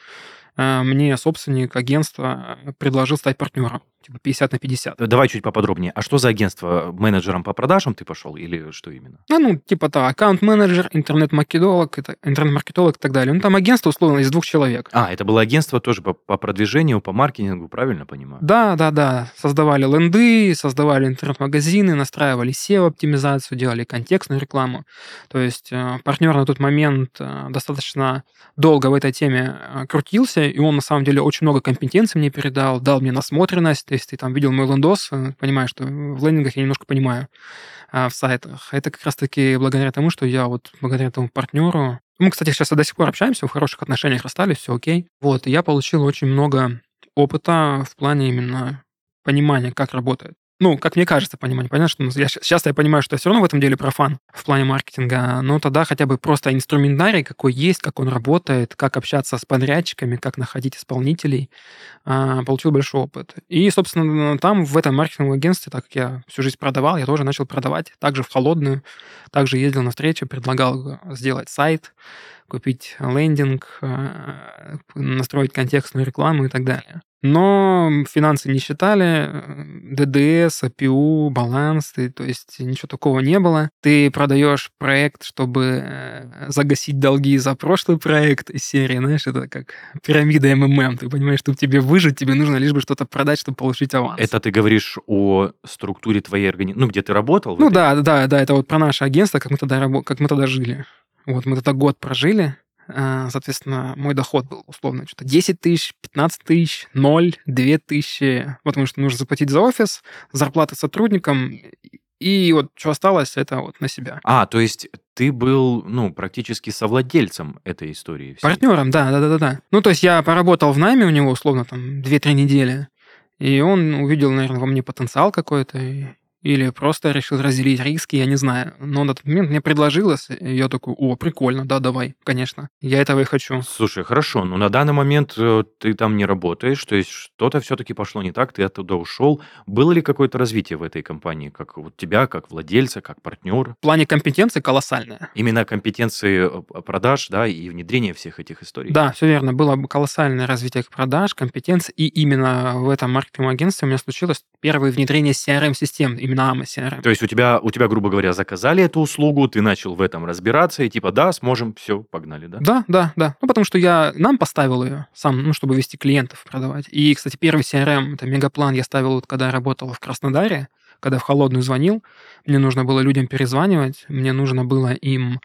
мне собственник агентства предложил стать партнером, типа 50 на 50. Давай чуть поподробнее. А что за агентство? Менеджером по продажам ты пошел или что именно? Аккаунт-менеджер, интернет-маркетолог и так далее. Там агентство, условно, из 2 человек. Это было агентство тоже по продвижению, по маркетингу, правильно понимаю? Да. Создавали ленды, создавали интернет-магазины, настраивали SEO-оптимизацию, делали контекстную рекламу. То есть партнер на тот момент достаточно долго в этой теме крутился, и он, на самом деле, очень много компетенций мне передал, дал мне насмотренность. То есть ты там видел мой лендос, понимаешь, что в лендингах я немножко понимаю в сайтах. Это как раз-таки благодаря тому, что я благодаря этому партнеру... Мы, кстати, сейчас до сих пор общаемся, в хороших отношениях расстались, все окей. И я получил очень много опыта в плане именно понимания, как работает. Как мне кажется, понимание. Понятно, что сейчас я понимаю, что я все равно в этом деле профан в плане маркетинга, но тогда хотя бы просто инструментарий, какой есть, как он работает, как общаться с подрядчиками, как находить исполнителей, получил большой опыт. И, собственно, там, в этом маркетинговом агентстве, так как я всю жизнь продавал, я тоже начал продавать, также в холодную, также ездил на встречи, предлагал сделать сайт, купить лендинг, настроить контекстную рекламу и так далее. Но финансы не считали, ДДС, АПУ, баланс, то есть ничего такого не было. Ты продаешь проект, чтобы загасить долги за прошлый проект из серии, знаешь, это как пирамида МММ. Ты понимаешь, чтобы тебе выжить, тебе нужно лишь бы что-то продать, чтобы получить аванс. Это ты говоришь о структуре твоей организации, где ты работал? Да, это про наше агентство, как мы тогда жили. Мы тогда год прожили. Соответственно, мой доход был условно что-то 10 тысяч, 15 тысяч, 0, 2 тысячи, потому что нужно заплатить за офис, зарплаты сотрудникам, и что осталось, это на себя. То есть ты был, практически совладельцем этой истории всей. Партнером, да. То есть я поработал в найме у него условно 2-3 недели, и он увидел, наверное, во мне потенциал какой-то, или просто решил разделить риски, я не знаю. Но на тот момент мне предложилось, и я такой, прикольно, да, давай, конечно. Я этого и хочу. Слушай, хорошо, но на данный момент ты там не работаешь, то есть что-то все-таки пошло не так, ты оттуда ушел. Было ли какое-то развитие в этой компании, как тебя, как владельца, как партнера? В плане компетенции колоссальное. Именно компетенции продаж, да, и внедрения всех этих историй? Да, все верно. Было колоссальное развитие продаж, компетенций, и именно в этом маркетинговом агентстве у меня случилось первое внедрение CRM-систем, именно AMA CRM. То есть у тебя, грубо говоря, заказали эту услугу, ты начал в этом разбираться, и да, сможем, все, погнали, да? Да. Потому что я нам поставил ее сам, чтобы вести клиентов, продавать. И, кстати, первый CRM, это Мегаплан, я ставил, когда я работал в Краснодаре, когда в холодную звонил, мне нужно было людям перезванивать, мне нужно было им...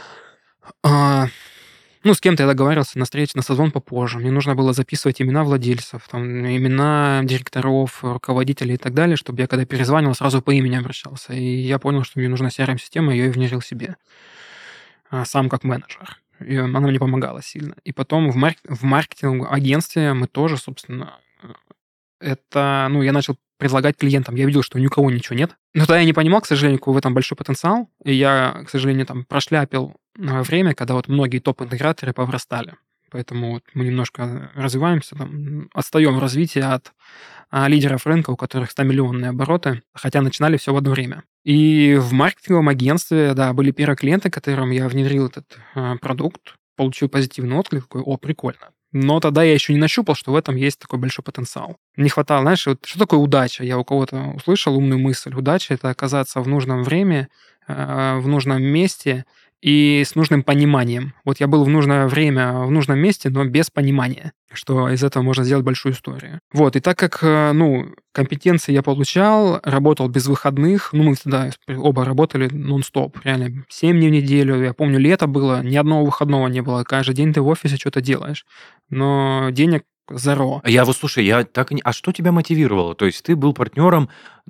с кем-то я договаривался на встречу, на созвон попозже. Мне нужно было записывать имена владельцев, имена директоров, руководителей и так далее, чтобы я, когда перезванивал, сразу по имени обращался. И я понял, что мне нужна CRM-система, я ее внедрил себе. Сам как менеджер. И она мне помогала сильно. И потом в маркетинговом агентстве мы тоже, собственно, я начал предлагать клиентам. Я видел, что ни у кого ничего нет. Но тогда я не понимал, к сожалению, какой в этом большой потенциал. И я, к сожалению, там прошляпил время, когда вот многие топ-интеграторы поврастали. Поэтому вот мы немножко развиваемся, там, отстаем в развитии от лидеров рынка, у которых 100-миллионные обороты, хотя начинали все в одно время. И в маркетинговом агентстве, да, были первые клиенты, которым я внедрил этот продукт, получил позитивный отклик, такой, о, прикольно. Но тогда я еще не нащупал, что в этом есть такой большой потенциал. Не хватало, знаешь, вот что такое удача? Я у кого-то услышал умную мысль. Удача — это оказаться в нужном время, в нужном месте и с нужным пониманием. Вот я был в нужное время, в нужном месте, но без понимания, что из этого можно сделать большую историю. Вот, и так как, компетенции я получал, работал без выходных, мы тогда оба работали нон-стоп, реально 7 дней в неделю. Я помню, лето было, ни одного выходного не было. Каждый день ты в офисе что-то делаешь, но денег зеро. Я вот, слушай, я так и не... А что тебя мотивировало? То есть ты был партнером,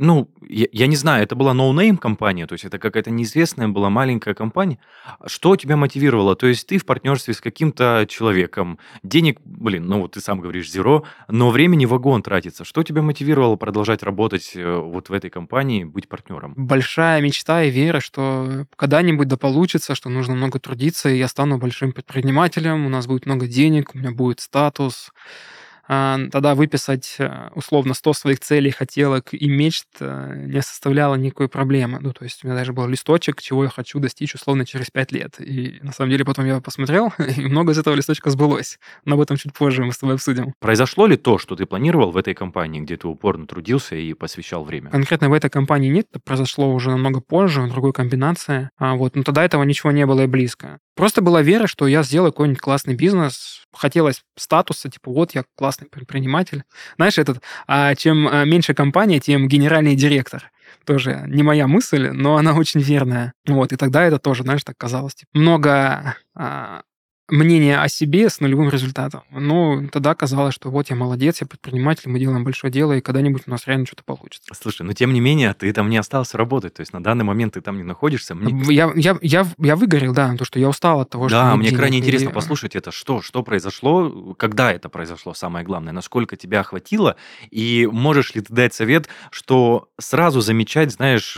я не знаю, это была ноунейм компания, то есть это какая-то неизвестная была маленькая компания. Что тебя мотивировало? То есть ты в партнерстве с каким-то человеком, денег, вот ты сам говоришь, зеро, но времени вагон тратится. Что тебя мотивировало продолжать работать вот в этой компании, быть партнером? Большая мечта и вера, что когда-нибудь да получится, что нужно много трудиться, и я стану большим предпринимателем, у нас будет много денег, у меня будет статус. Тогда выписать условно 100 своих целей, хотелок и мечт не составляло никакой проблемы. Ну, то есть у меня даже был листочек, чего я хочу достичь условно через 5 лет. И на самом деле потом я посмотрел, и много из этого листочка сбылось. Но об этом чуть позже мы с тобой обсудим. Произошло ли то, что ты планировал в этой компании, где ты упорно трудился и посвящал время? Конкретно в этой компании нет, это произошло уже намного позже, в другой комбинации. Но тогда этого ничего не было и близко. Просто была вера, что я сделаю какой-нибудь классный бизнес. Хотелось статуса, типа, вот я классный предприниматель. Знаешь, чем меньше компания, тем генеральный директор. Тоже не моя мысль, но она очень верная. Вот, и тогда это тоже, знаешь, так казалось. Типа, много мнение о себе с нулевым результатом. Но тогда казалось, что вот я молодец, я предприниматель, мы делаем большое дело, и когда-нибудь у нас реально что-то получится. Слушай, но тем не менее, ты там не остался работать, то есть на данный момент ты там не находишься. Я выгорел, да, то, что я устал от того, что Да, нет мне денег, крайне и- интересно послушать это, что произошло, когда это произошло, самое главное, насколько тебя охватило, и можешь ли ты дать совет, что сразу замечать, знаешь,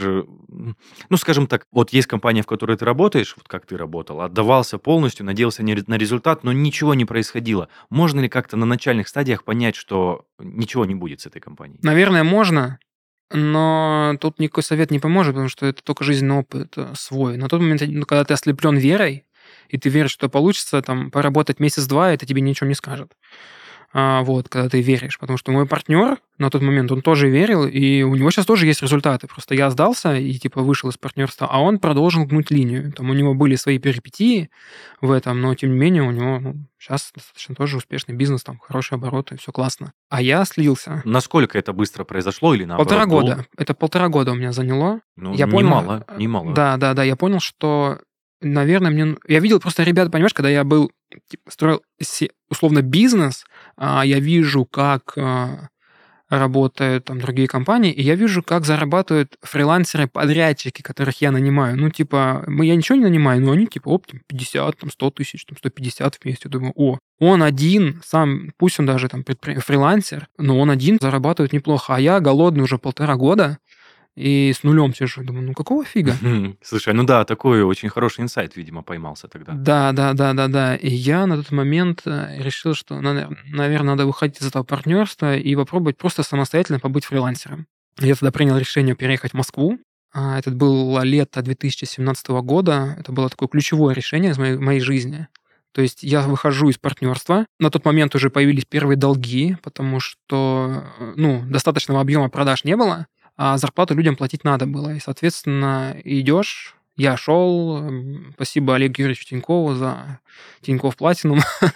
скажем так, вот есть компания, в которой ты работаешь, вот как ты работал, отдавался полностью, надеялся на результат, но ничего не происходило. Можно ли как-то на начальных стадиях понять, что ничего не будет с этой компанией? Наверное, можно, но тут никакой совет не поможет, потому что это только жизненный опыт свой. На тот момент, когда ты ослеплен верой, и ты веришь, что получится там поработать месяц-два, это тебе ничего не скажет. Вот, когда ты веришь. Потому что мой партнер на тот момент, он тоже верил, и у него сейчас тоже есть результаты. Просто я сдался и типа вышел из партнерства, а он продолжил гнуть линию. Там у него были свои перипетии в этом, но тем не менее у него сейчас достаточно тоже успешный бизнес, там хорошие обороты, все классно. А я слился. Насколько это быстро произошло или наоборот? 1,5 года. Это 1,5 года у меня заняло. Ну, Я понял, немало. Да, я понял, что, наверное, я видел просто ребят, понимаешь, когда я был, строил условно бизнес, я вижу, как работают там другие компании, и я вижу, как зарабатывают фрилансеры-подрядчики, которых я нанимаю. Я ничего не нанимаю, но они 50, 100 тысяч, 150 в месяц. Я думаю, он один, сам, пусть он даже там фрилансер, но он один зарабатывает неплохо, а я голодный уже 1,5 года, и с нулем сижу. Думаю, какого фига? Слушай, такой очень хороший инсайт, видимо, поймался тогда. Да. И я на тот момент решил, что, наверное, надо выходить из этого партнерства и попробовать просто самостоятельно побыть фрилансером. Я тогда принял решение переехать в Москву. Это было лето 2017 года. Это было такое ключевое решение в моей жизни. То есть я выхожу из партнерства. На тот момент уже появились первые долги, потому что достаточного объема продаж не было, а зарплату людям платить надо было. И, соответственно, идешь. Я шел. Спасибо Олегу Юрьевичу Тинькову за Тинькофф Платинум.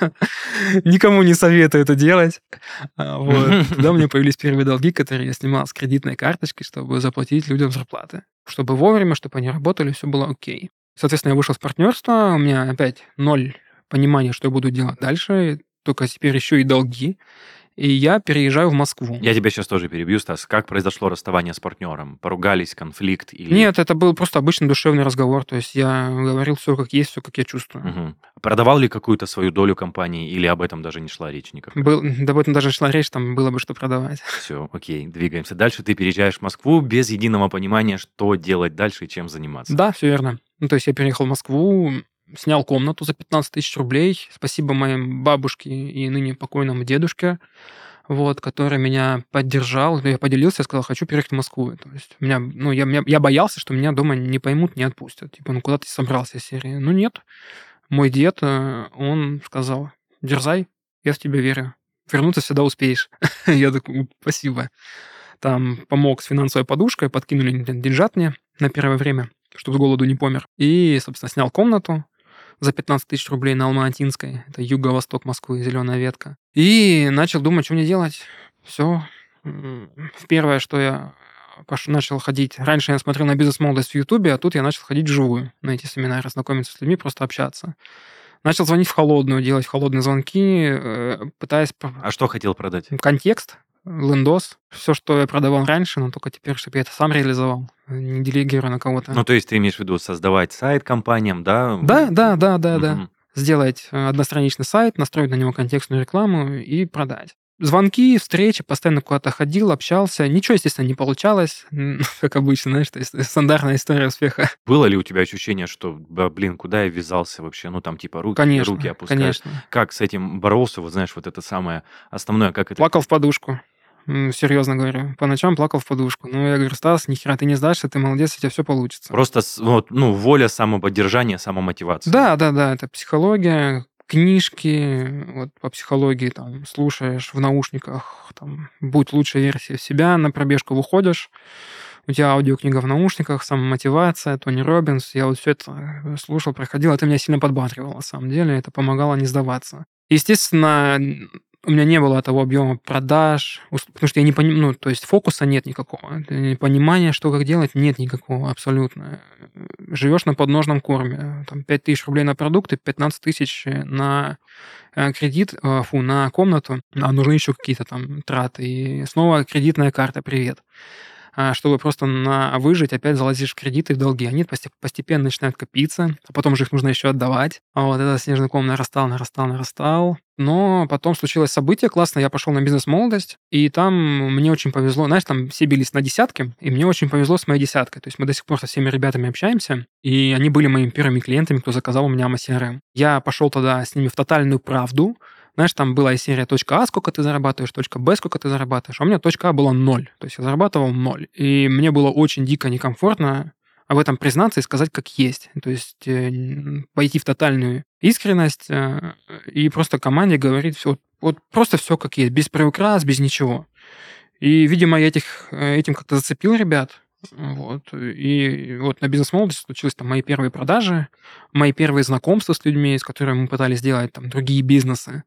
Никому не советую это делать. Тогда у меня появились первые долги, которые я снимал с кредитной карточки, чтобы заплатить людям зарплаты. Чтобы вовремя, чтобы они работали, все было окей. Соответственно, я вышел с партнерства. У меня опять 0 понимания, что я буду делать дальше. Только теперь еще и долги. и я переезжаю в Москву. Я тебя сейчас тоже перебью, Стас. Как произошло расставание с партнером? Поругались, конфликт или... Нет, это был просто обычный душевный разговор. То есть я говорил все как есть, все как я чувствую. Мгм. Продавал ли какую-то свою долю компании или об этом даже не шла речь никакая? Да об этом даже шла речь, там было бы что продавать. Все, окей, двигаемся дальше. Ты переезжаешь в Москву без единого понимания, что делать дальше и чем заниматься. Да, все верно. Ну, то есть я переехал в Москву, снял комнату за 15 тысяч рублей. Спасибо моей бабушке и ныне покойному дедушке, вот, который меня поддержал. Я поделился, я сказал, хочу переехать в Москву. То есть я боялся, что меня дома не поймут, не отпустят. Типа, ну куда ты собрался из серии? Ну нет. Мой дед, он сказал, дерзай, я в тебя верю. Вернуться всегда успеешь. Я такой, спасибо. Там помог с финансовой подушкой, подкинули деньжат мне на первое время, чтобы с голоду не помер. И, собственно, снял комнату за 15 тысяч рублей на Алма-Атинской. Это юго-восток Москвы, зеленая ветка. И начал думать, что мне делать. Все. Первое, что я начал ходить. Раньше я смотрел на бизнес-молодость в Ютубе, а тут я начал ходить вживую на эти семинары, знакомиться с людьми, просто общаться. Начал звонить в холодную, делать холодные звонки, пытаясь... А что хотел продать? Контекст, лендос, все, что я продавал раньше, но только теперь, чтобы я это сам реализовал, не делегируя на кого-то. Ну, то есть ты имеешь в виду создавать сайт компаниям, да? Да. Мгм. Сделать одностраничный сайт, настроить на него контекстную рекламу и продать. Звонки, встречи, постоянно куда-то ходил, общался. Ничего, естественно, не получалось, как обычно, знаешь, то есть стандартная история успеха. Было ли у тебя ощущение, что, блин, куда я ввязался вообще? Ну, там, типа, руки Конечно, опускаешь. конечно. Как с этим боролся? Вот знаешь, вот это самое основное, как это... Плакал в подушку. Серьезно говорю. По ночам плакал в подушку. Ну, я говорю, Стас, нихера ты не сдашься, ты молодец, у тебя все получится. Просто, воля, самоподдержание, самомотивация. Да, это психология, книжки вот по психологии там слушаешь в наушниках, там, будь лучшей версией себя, на пробежку выходишь, у тебя аудиокнига в наушниках, самомотивация, Тони Роббинс, я вот все это слушал, проходил, это меня сильно подбадривало, на самом деле, это помогало не сдаваться. Естественно, у меня не было того объема продаж, потому что я не понимаю, ну, то есть фокуса нет никакого, понимания, что как делать, нет никакого абсолютно. Живешь на подножном корме, там 5 тысяч рублей на продукты, 15 тысяч на кредит, на комнату, а нужны еще какие-то там траты, и снова кредитная карта, привет. Чтобы просто выжить, опять залазишь в кредиты, в долги. Они постепенно начинают копиться, а потом же их нужно еще отдавать. А вот этот снежный ком нарастал. Но потом случилось событие классное, я пошел на бизнес-молодость, и там мне очень повезло. Знаешь, там все бились на десятки, и мне очень повезло с моей десяткой. То есть мы до сих пор со всеми ребятами общаемся, и они были моими первыми клиентами, кто заказал у меня AMA CRM. Я пошел тогда с ними в тотальную правду. Знаешь, там была и серия точка А, сколько ты зарабатываешь, точка Б, сколько ты зарабатываешь. А у меня точка А была 0. То есть я зарабатывал 0. И мне было очень дико некомфортно об этом признаться и сказать как есть. То есть пойти в тотальную искренность и просто команде говорить все, вот просто все как есть, без приукрас, без ничего. И, видимо, я этим как-то зацепил ребят. Вот. И вот на бизнес-молодости случились там мои первые продажи, мои первые знакомства с людьми, с которыми мы пытались сделать там другие бизнесы.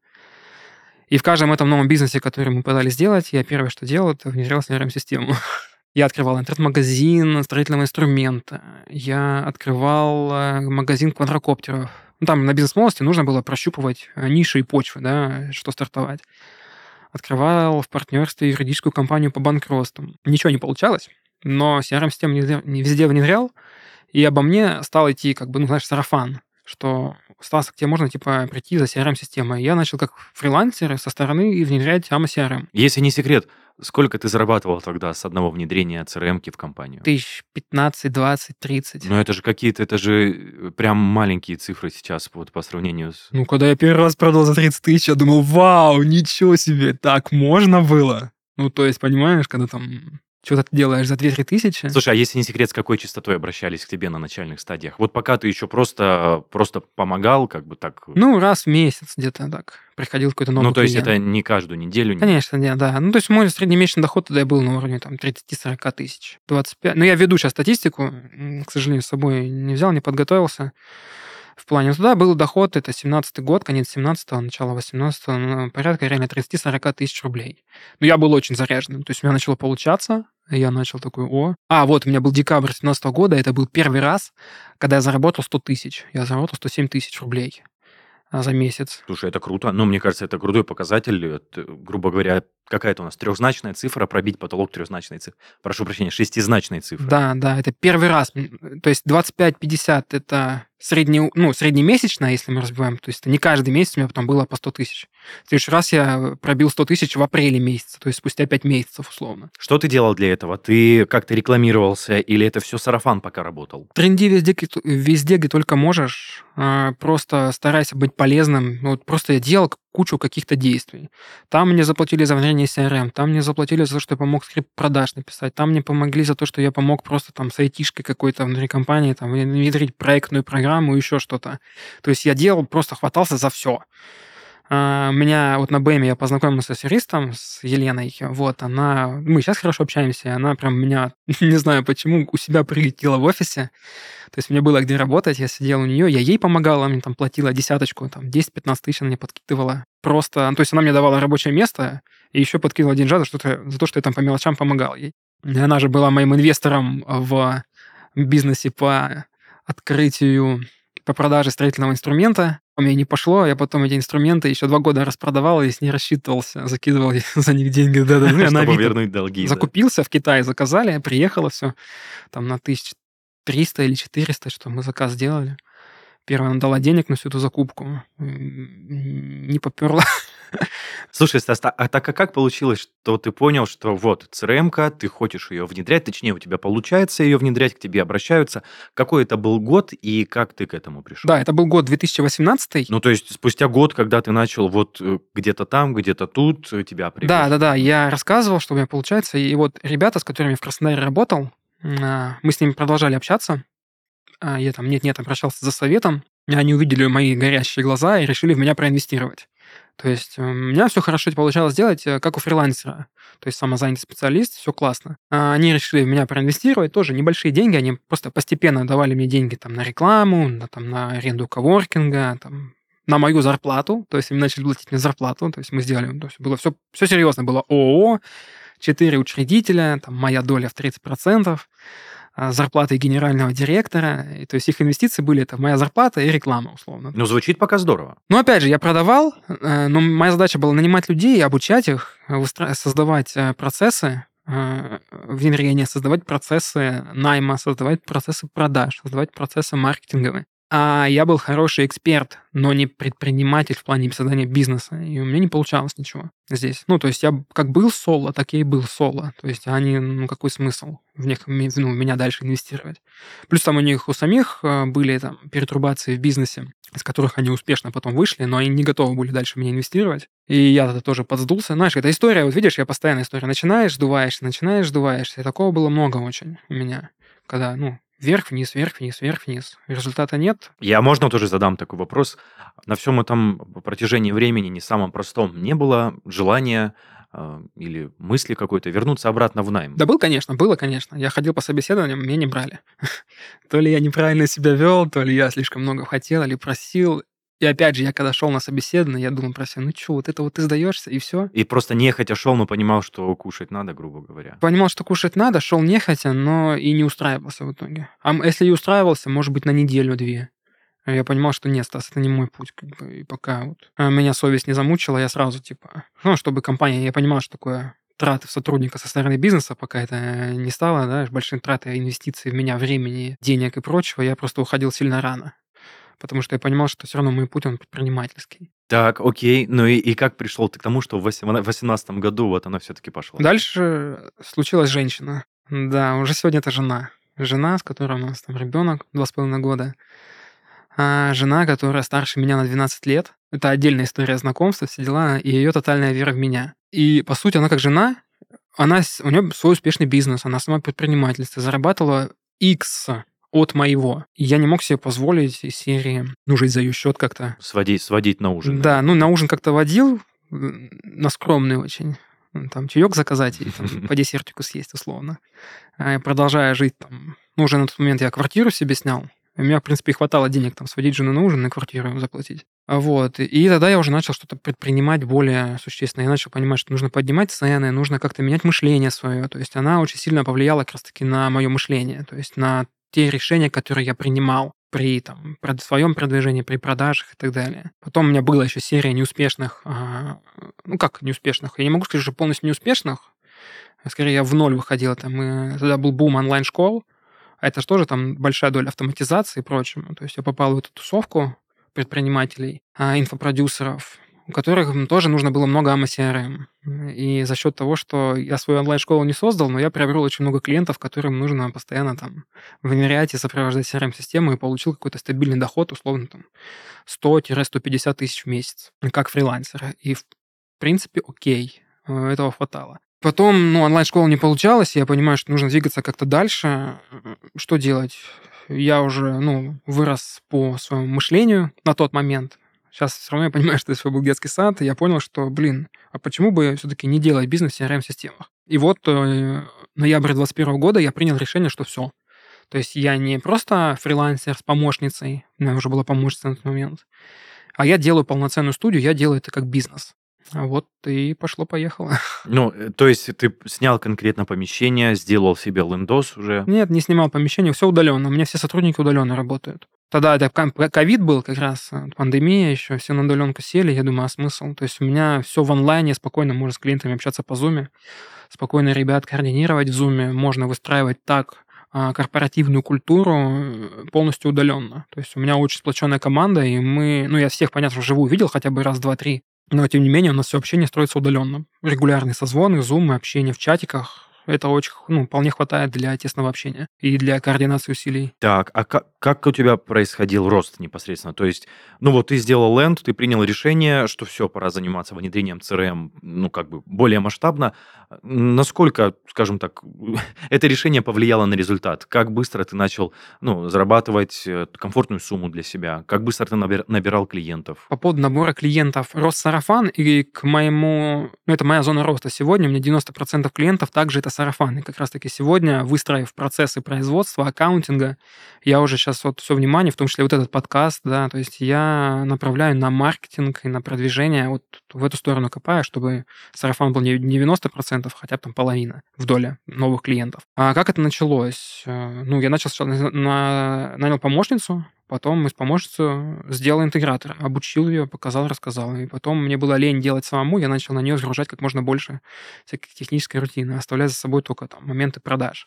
И в каждом этом новом бизнесе, который мы пытались сделать, я первое, что делал, это внедрял CRM-систему. Я открывал интернет-магазин строительного инструмента. Я открывал магазин квадрокоптеров. Ну, там на бизнес-молодости нужно было прощупывать ниши и почвы, да, что стартовать. Открывал в партнерстве юридическую компанию по банкротствам. Ничего не получалось, но CRM-систему не везде внедрял, и обо мне стал идти, как бы, ну, знаешь, сарафан, что, Стас, к тебе можно, типа, прийти за CRM-системой. Я начал как фрилансер со стороны и внедрять AMA CRM. Если не секрет, сколько ты зарабатывал тогда с одного внедрения CRM-ки в компанию? 15, 20, 30. Ну, это же прям маленькие цифры сейчас вот по сравнению с... Ну, когда я первый раз продал за 30 тысяч, я думал, вау, ничего себе, так можно было? Ну, то есть, понимаешь, когда там что-то ты делаешь за 2-3 тысячи. Слушай, а если не секрет, с какой частотой обращались к тебе на начальных стадиях? Вот пока ты еще просто помогал, как бы так... Ну, раз в месяц где-то так приходил какой-то новый Ну, то есть клиент. это не каждую неделю? Конечно, нет, да. Ну, то есть мой среднемесячный доход тогда был на уровне там 30-40 тысяч, 25. Но я веду сейчас статистику, к сожалению, с собой не взял, не подготовился. В плане, туда был доход, это 17-й год, конец 17-го, начало 18-го, порядка реально 30-40 тысяч рублей. Но я был очень заряженным, то есть у меня начало получаться, я начал такой, вот, у меня был декабрь 17-го года, это был первый раз, когда я заработал 100 тысяч. Я заработал 107 тысяч рублей. за месяц. Слушай, это круто. Ну, мне кажется, это крутой показатель. Грубо говоря, какая-то у нас трехзначная цифра, пробить потолок трехзначной цифры. Прошу прощения, шестизначной цифры. Да, да, это первый раз. То есть 25-50 это среднемесячно, если мы разбиваем. То есть это не каждый месяц у меня потом было по 100 тысяч. В следующий раз я пробил 100 тысяч в апреле месяце, то есть спустя 5 месяцев условно. Что ты делал для этого? Ты как-то рекламировался или это все сарафан пока работал? Тренди везде, где только можешь. Просто старайся быть полезным. Вот просто я делал кучу каких-то действий. Там мне заплатили за внедрение CRM, там мне заплатили за то, что я помог скрипт продаж написать, там мне помогли за то, что я помог просто там с айтишкой какой-то внутри компании, там, внедрить проектную программу, еще что-то. То есть я делал, просто хватался за все. Меня вот на БЭМе я познакомился с юристом, с Еленой. Вот, мы сейчас хорошо общаемся, и она прям меня, не знаю почему, у себя прилетела в офисе. То есть мне было где работать, я сидел у нее, я ей помогал, она мне там платила десяточку, там 10-15 тысяч она мне подкидывала. Просто, то есть она мне давала рабочее место и еще подкинула деньжат за то, что я там по мелочам помогал ей. И она же была моим инвестором в бизнесе по открытию, по продаже строительного инструмента. У меня не пошло, я потом эти инструменты еще 2 года распродавал и с ней рассчитывался, закидывал ей за них деньги. Да-да. Ну, Чтобы вернуть долги. Закупился, в Китае заказали, приехало все там на 1300 или 400, что мы заказ сделали. Первая она дала денег на всю эту закупку. Не попёрло. Слушай, Стас, а так как получилось, что ты понял, что вот CRM-ка, ты хочешь ее внедрять, точнее, у тебя получается ее внедрять, к тебе обращаются. Какой это был год и как ты к этому пришел? Да, это был год 2018. Ну, то есть спустя год, когда ты начал вот где-то там, где-то тут, тебя пригласили. Да, я рассказывал, что у меня получается. И вот ребята, с которыми в Краснодаре работал, мы с ними продолжали общаться. Я там нет-нет обращался за советом. Они увидели мои горящие глаза и решили в меня проинвестировать. То есть у меня все хорошо получалось делать, как у фрилансера. То есть самозанятый специалист, все классно. Они решили в меня проинвестировать, тоже небольшие деньги, они просто постепенно давали мне деньги там на рекламу, на аренду коворкинга, там, на мою зарплату. То есть они начали платить мне зарплату, то есть мы сделали, то есть было все серьезно, было ООО, 4 учредителя, там моя доля в 30%, зарплаты генерального директора. И, то есть их инвестиции были это моя зарплата и реклама, условно. Ну, звучит пока здорово. Но опять же, я продавал, но моя задача была нанимать людей, обучать их, создавать процессы внедрения, создавать процессы найма, создавать процессы продаж, создавать процессы маркетинговые. А я был хороший эксперт, но не предприниматель в плане создания бизнеса. И у меня не получалось ничего здесь. Ну, то есть я как был соло, так я и был соло. То есть они, какой смысл в них, меня дальше инвестировать? Плюс там у них у самих были там перетрубации в бизнесе, из которых они успешно потом вышли, но они не готовы были дальше в меня инвестировать. И я тогда тоже подсдулся. Знаешь, эта история, вот видишь, я постоянная история. Начинаешь, сдуваешься. И такого было много очень у меня. Когда, вверх-вниз, вверх-вниз, вверх-вниз. Результата нет. Я, можно, тоже задам такой вопрос? На всем этом протяжении времени, не самом простом, не было желания или мысли какой-то вернуться обратно в найм? Да было, конечно. Я ходил по собеседованиям, меня не брали. То ли я неправильно себя вел, то ли я слишком много хотел или просил. И опять же, я когда шел на собеседование, я думал про себя, вот это вот ты сдаешься, и все. И просто нехотя шел, но понимал, что кушать надо, грубо говоря. Понимал, что кушать надо, шел нехотя, но и не устраивался в итоге. А если и устраивался, может быть, на неделю-две. Я понимал, что нет, Стас, это не мой путь. И пока вот меня совесть не замучила, я сразу, чтобы компания, я понимал, что такое траты в сотрудника со стороны бизнеса, пока это не стало, да, большие траты, инвестиции в меня, времени, денег и прочего, я просто уходил сильно рано. Потому что я понимал, что все равно мой путь, он предпринимательский. Так, окей. Ну и как пришел ты к тому, что в 2018 году вот она все-таки пошла? Дальше случилась женщина. Да, уже сегодня это жена. Жена, с которой у нас там ребенок 2,5 года. Жена, которая старше меня на 12 лет. Это отдельная история знакомства, все дела, и ее тотальная вера в меня. И, по сути, она как жена, у нее свой успешный бизнес, она сама предпринимательство, зарабатывала X от моего. И я не мог себе позволить из серии жить за ее счет как-то. Сводить на ужин. Да, на ужин как-то водил, на скромный очень. Там чаек заказать и там, по десертику съесть условно. Продолжая жить там. Уже на тот момент я квартиру себе снял. У меня, в принципе, хватало денег там сводить жену на ужин, на квартиру заплатить. Вот. И тогда я уже начал что-то предпринимать более существенно. Я начал понимать, что нужно поднимать цены, нужно как-то менять мышление свое. То есть она очень сильно повлияла как раз-таки на мое мышление. То есть на те решения, которые я принимал. при своем продвижении, при продажах и так далее. Потом у меня была еще серия неуспешных, ну как неуспешных, я не могу сказать, что полностью неуспешных, скорее я в ноль выходил, тогда был бум онлайн-школ, а это же тоже там большая доля автоматизации и прочего. То есть я попал в эту тусовку предпринимателей, инфопродюсеров, у которых тоже нужно было много AMA-CRM. И за счет того, что я свою онлайн-школу не создал, но я приобрел очень много клиентов, которым нужно постоянно там вымерять и сопровождать CRM-систему, и получил какой-то стабильный доход, условно, там 100-150 тысяч в месяц, как фрилансера. И, в принципе, окей, этого хватало. Потом, онлайн-школа не получалась, и я понимаю, что нужно двигаться как-то дальше. Что делать? Я уже, вырос по своему мышлению на тот момент. Сейчас все равно я понимаю, что это был детский сад, и я понял, что, а почему бы все-таки не делать бизнес в CRM-системах? И вот ноябрь 2021 года я принял решение, что все. То есть я не просто фрилансер с помощницей, у меня уже была помощница на тот момент, а я делаю полноценную студию, я делаю это как бизнес. Вот и пошло-поехало. То есть ты снял конкретно помещение, сделал себе лендос уже? Нет, не снимал помещение, все удаленно. У меня все сотрудники удаленно работают. Тогда это ковид был как раз, пандемия еще, все на удаленку сели, я думаю, а смысл? То есть у меня все в онлайне, спокойно можно с клиентами общаться по зуме, спокойно ребят координировать в зуме, можно выстраивать так корпоративную культуру полностью удаленно. То есть у меня очень сплоченная команда, и я всех, понятно, вживую видел хотя бы раз, два, три, но тем не менее у нас все общение строится удаленно. Регулярные созвоны, зумы, общение в чатиках. Это очень, вполне хватает для тесного общения и для координации усилий. Так, а как у тебя происходил рост непосредственно? То есть, ты сделал ленд, ты принял решение, что все, пора заниматься внедрением CRM, более масштабно. Насколько, скажем так, это решение повлияло на результат? Как быстро ты начал, зарабатывать комфортную сумму для себя? Как быстро ты набирал клиентов? По поводу набора клиентов, рос сарафан, и к моему... это моя зона роста сегодня, у меня 90% клиентов также это сарафан. И как раз-таки сегодня, выстроив процессы производства, аккаунтинга, я уже сейчас все внимание, в том числе вот этот подкаст, да, то есть я направляю на маркетинг и на продвижение, вот в эту сторону копаю, чтобы сарафан был не 90%, хотя бы там половина в доле новых клиентов. А как это началось? Я начал сначала, нанял помощницу, потом из помощницы сделал интегратор, обучил ее, показал, рассказал. И потом мне было лень делать самому, я начал на нее загружать как можно больше всякой технической рутины, оставляя за собой только моменты продаж.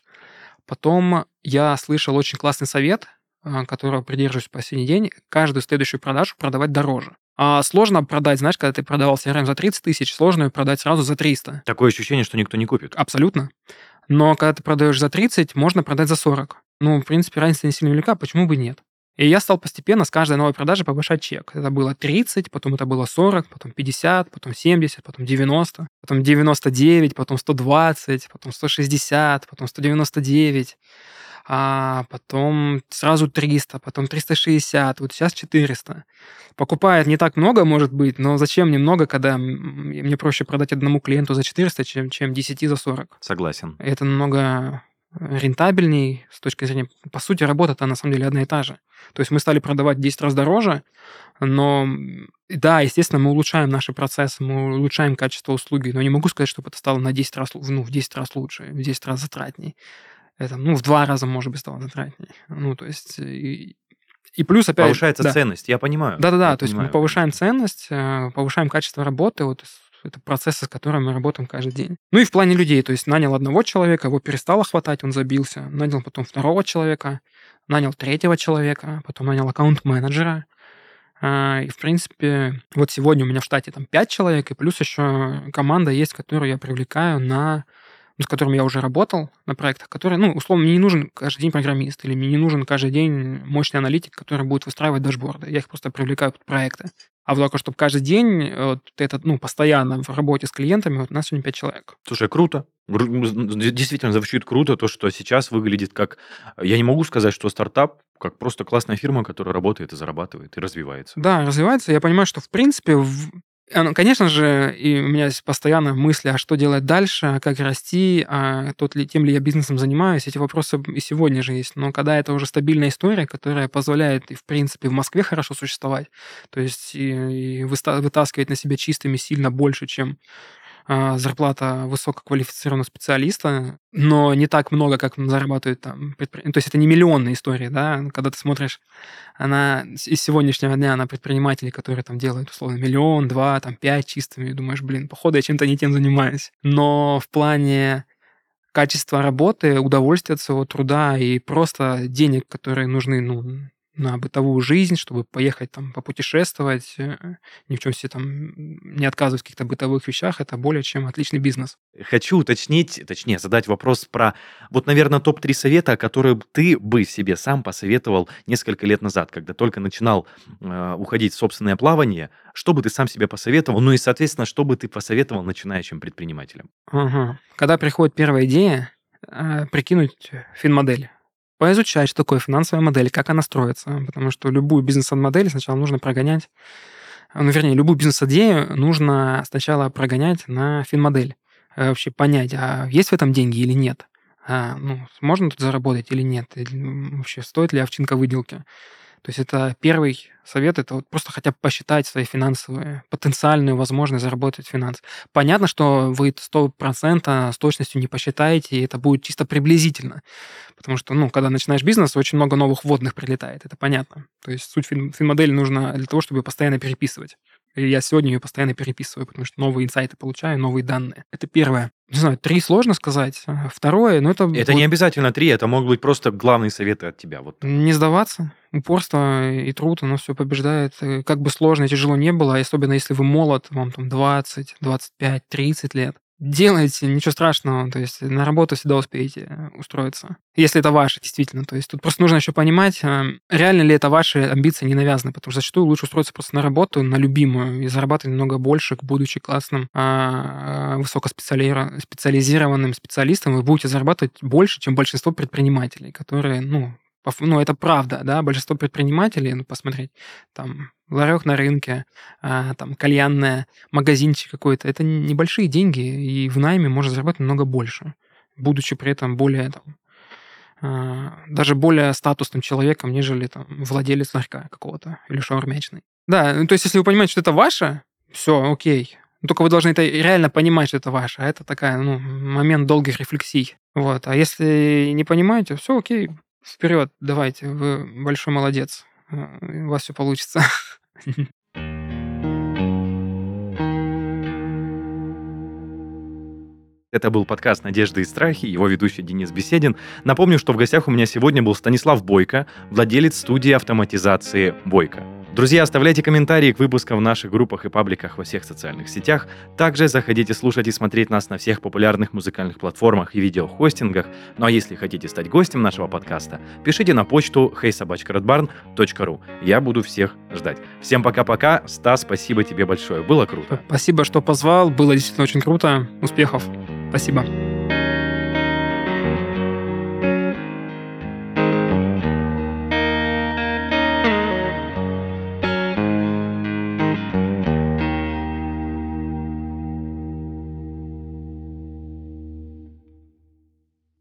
Потом я слышал очень классный совет, которого придерживаюсь по сей день, каждую следующую продажу продавать дороже. А сложно продать, знаешь, когда ты продавал CRM за 30 тысяч, сложно ее продать сразу за 300. Такое ощущение, что никто не купит. Абсолютно. Но когда ты продаешь за 30, можно продать за 40. В принципе, разница не сильно велика, почему бы и нет? И я стал постепенно с каждой новой продажи повышать чек. Это было 30, потом это было 40, потом 50, потом 70, потом 90, потом 99, потом 120, потом 160, потом 199, а потом сразу 300, потом 360, вот сейчас 400. Покупает не так много, может быть, но зачем мне много, когда мне проще продать одному клиенту за 400, чем 10 за 40. Согласен. Это намного рентабельней с точки зрения... По сути, работа-то на самом деле одна и та же. То есть мы стали продавать 10 раз дороже, но да, естественно, мы улучшаем наши процессы, мы улучшаем качество услуги, но не могу сказать, чтобы это стало в 10 раз лучше, в 10 раз затратней. Это, в 2 раза, может быть, стало затратней. То есть... И плюс опять... Повышается ценность, я понимаю. Да-да-да, то есть мы повышаем ценность, повышаем качество работы, это процессы, с которыми мы работаем каждый день. И в плане людей, то есть нанял одного человека, его перестало хватать, он забился. Нанял потом второго человека, нанял третьего человека, потом нанял аккаунт-менеджера. И, в принципе, вот сегодня у меня в штате 5 человек, и плюс еще команда есть, которую я привлекаю с которыми я уже работал на проектах, которые, условно, мне не нужен каждый день программист, или мне не нужен каждый день мощный аналитик, который будет выстраивать дашборды. Я их просто привлекаю под проекты. А вот только чтобы каждый день постоянно в работе с клиентами, у нас сегодня 5 человек. Слушай, круто. Действительно звучит круто то, что сейчас выглядит как... Я не могу сказать, что стартап, как просто классная фирма, которая работает и зарабатывает, и развивается. Да, развивается. Я понимаю, что, в принципе, конечно же, и у меня есть постоянно мысли, а что делать дальше, как расти, тем ли я бизнесом занимаюсь. Эти вопросы и сегодня же есть. Но когда это уже стабильная история, которая позволяет, и в принципе, в Москве хорошо существовать, то есть и вытаскивать на себя чистыми сильно больше, чем зарплата высококвалифицированного специалиста, но не так много, как зарабатывают там То есть это не миллионная история, да, когда ты смотришь из сегодняшнего дня на предпринимателей, которые там делают, условно, 1, 2 там 5 чистыми, и думаешь, блин, походу я чем-то не тем занимаюсь. Но в плане качества работы, удовольствия от своего труда и просто денег, которые нужны, на бытовую жизнь, чтобы поехать там попутешествовать, ни в чем себе там не отказывать в каких-то бытовых вещах, это более чем отличный бизнес. Хочу уточнить, точнее, задать вопрос про, наверное, топ-3 совета, которые ты бы себе сам посоветовал несколько лет назад, когда только начинал уходить в собственное плавание. Что бы ты сам себе посоветовал? И, соответственно, что бы ты посоветовал начинающим предпринимателям? Ага. Когда приходит первая идея, прикинуть финмодель. Поизучать, что такое финансовая модель, как она строится. Потому что любую бизнес-модель сначала нужно прогонять. Любую бизнес-идею нужно сначала прогонять на финмодель. Вообще понять, а есть в этом деньги или нет. Можно тут заработать или нет. Или вообще стоит ли овчинка выделки. То есть это первый совет, это просто хотя бы посчитать свои финансовые, потенциальную возможность заработать финанс. Понятно, что вы 100% с точностью не посчитаете, и это будет чисто приблизительно. Потому что, когда начинаешь бизнес, очень много новых вводных прилетает, это понятно. То есть суть финмодели нужна для того, чтобы постоянно переписывать. И я сегодня ее постоянно переписываю, потому что новые инсайты получаю, новые данные. Это первое. Не знаю, 3 сложно сказать. Второе, это... Это не обязательно 3, это могут быть просто главные советы от тебя. Не сдаваться, упорство и труд, оно все побеждает. И как бы сложно и тяжело не было, особенно если вы молод, вам там 20, 25, 30 лет. Делайте, ничего страшного, то есть на работу всегда успеете устроиться. Если это ваше, действительно. То есть тут просто нужно еще понимать, реально ли это ваши амбиции не навязаны, потому что зачастую лучше устроиться просто на работу, на любимую, и зарабатывать немного больше, будучи классным, высокоспециализированным специалистом, вы будете зарабатывать больше, чем большинство предпринимателей, которые, это правда, да, большинство предпринимателей, посмотреть, там, ларек на рынке, там, кальянная, магазинчик какой-то, это небольшие деньги, и в найме можно заработать намного больше, будучи при этом более, даже более статусным человеком, нежели, там, владелец ларька какого-то или шаурмячной. Да, то есть если вы понимаете, что это ваше, все, окей. Только вы должны это реально понимать, что это ваше, а это такая, момент долгих рефлексий. Вот. А если не понимаете, все, окей, вперед, давайте, вы большой молодец. У вас все получится. Это был подкаст «Надежды и страхи», его ведущий Денис Беседин. Напомню, что в гостях у меня сегодня был Станислав Бойко, владелец студии автоматизации «Бойко». Друзья, оставляйте комментарии к выпускам в наших группах и пабликах во всех социальных сетях. Также заходите слушать и смотреть нас на всех популярных музыкальных платформах и видеохостингах. Ну а если хотите стать гостем нашего подкаста, пишите на почту heysobachkaredbarn.ru. Я буду всех ждать. Всем пока-пока. Стас, спасибо тебе большое. Было круто. Спасибо, что позвал. Было действительно очень круто. Успехов. Спасибо.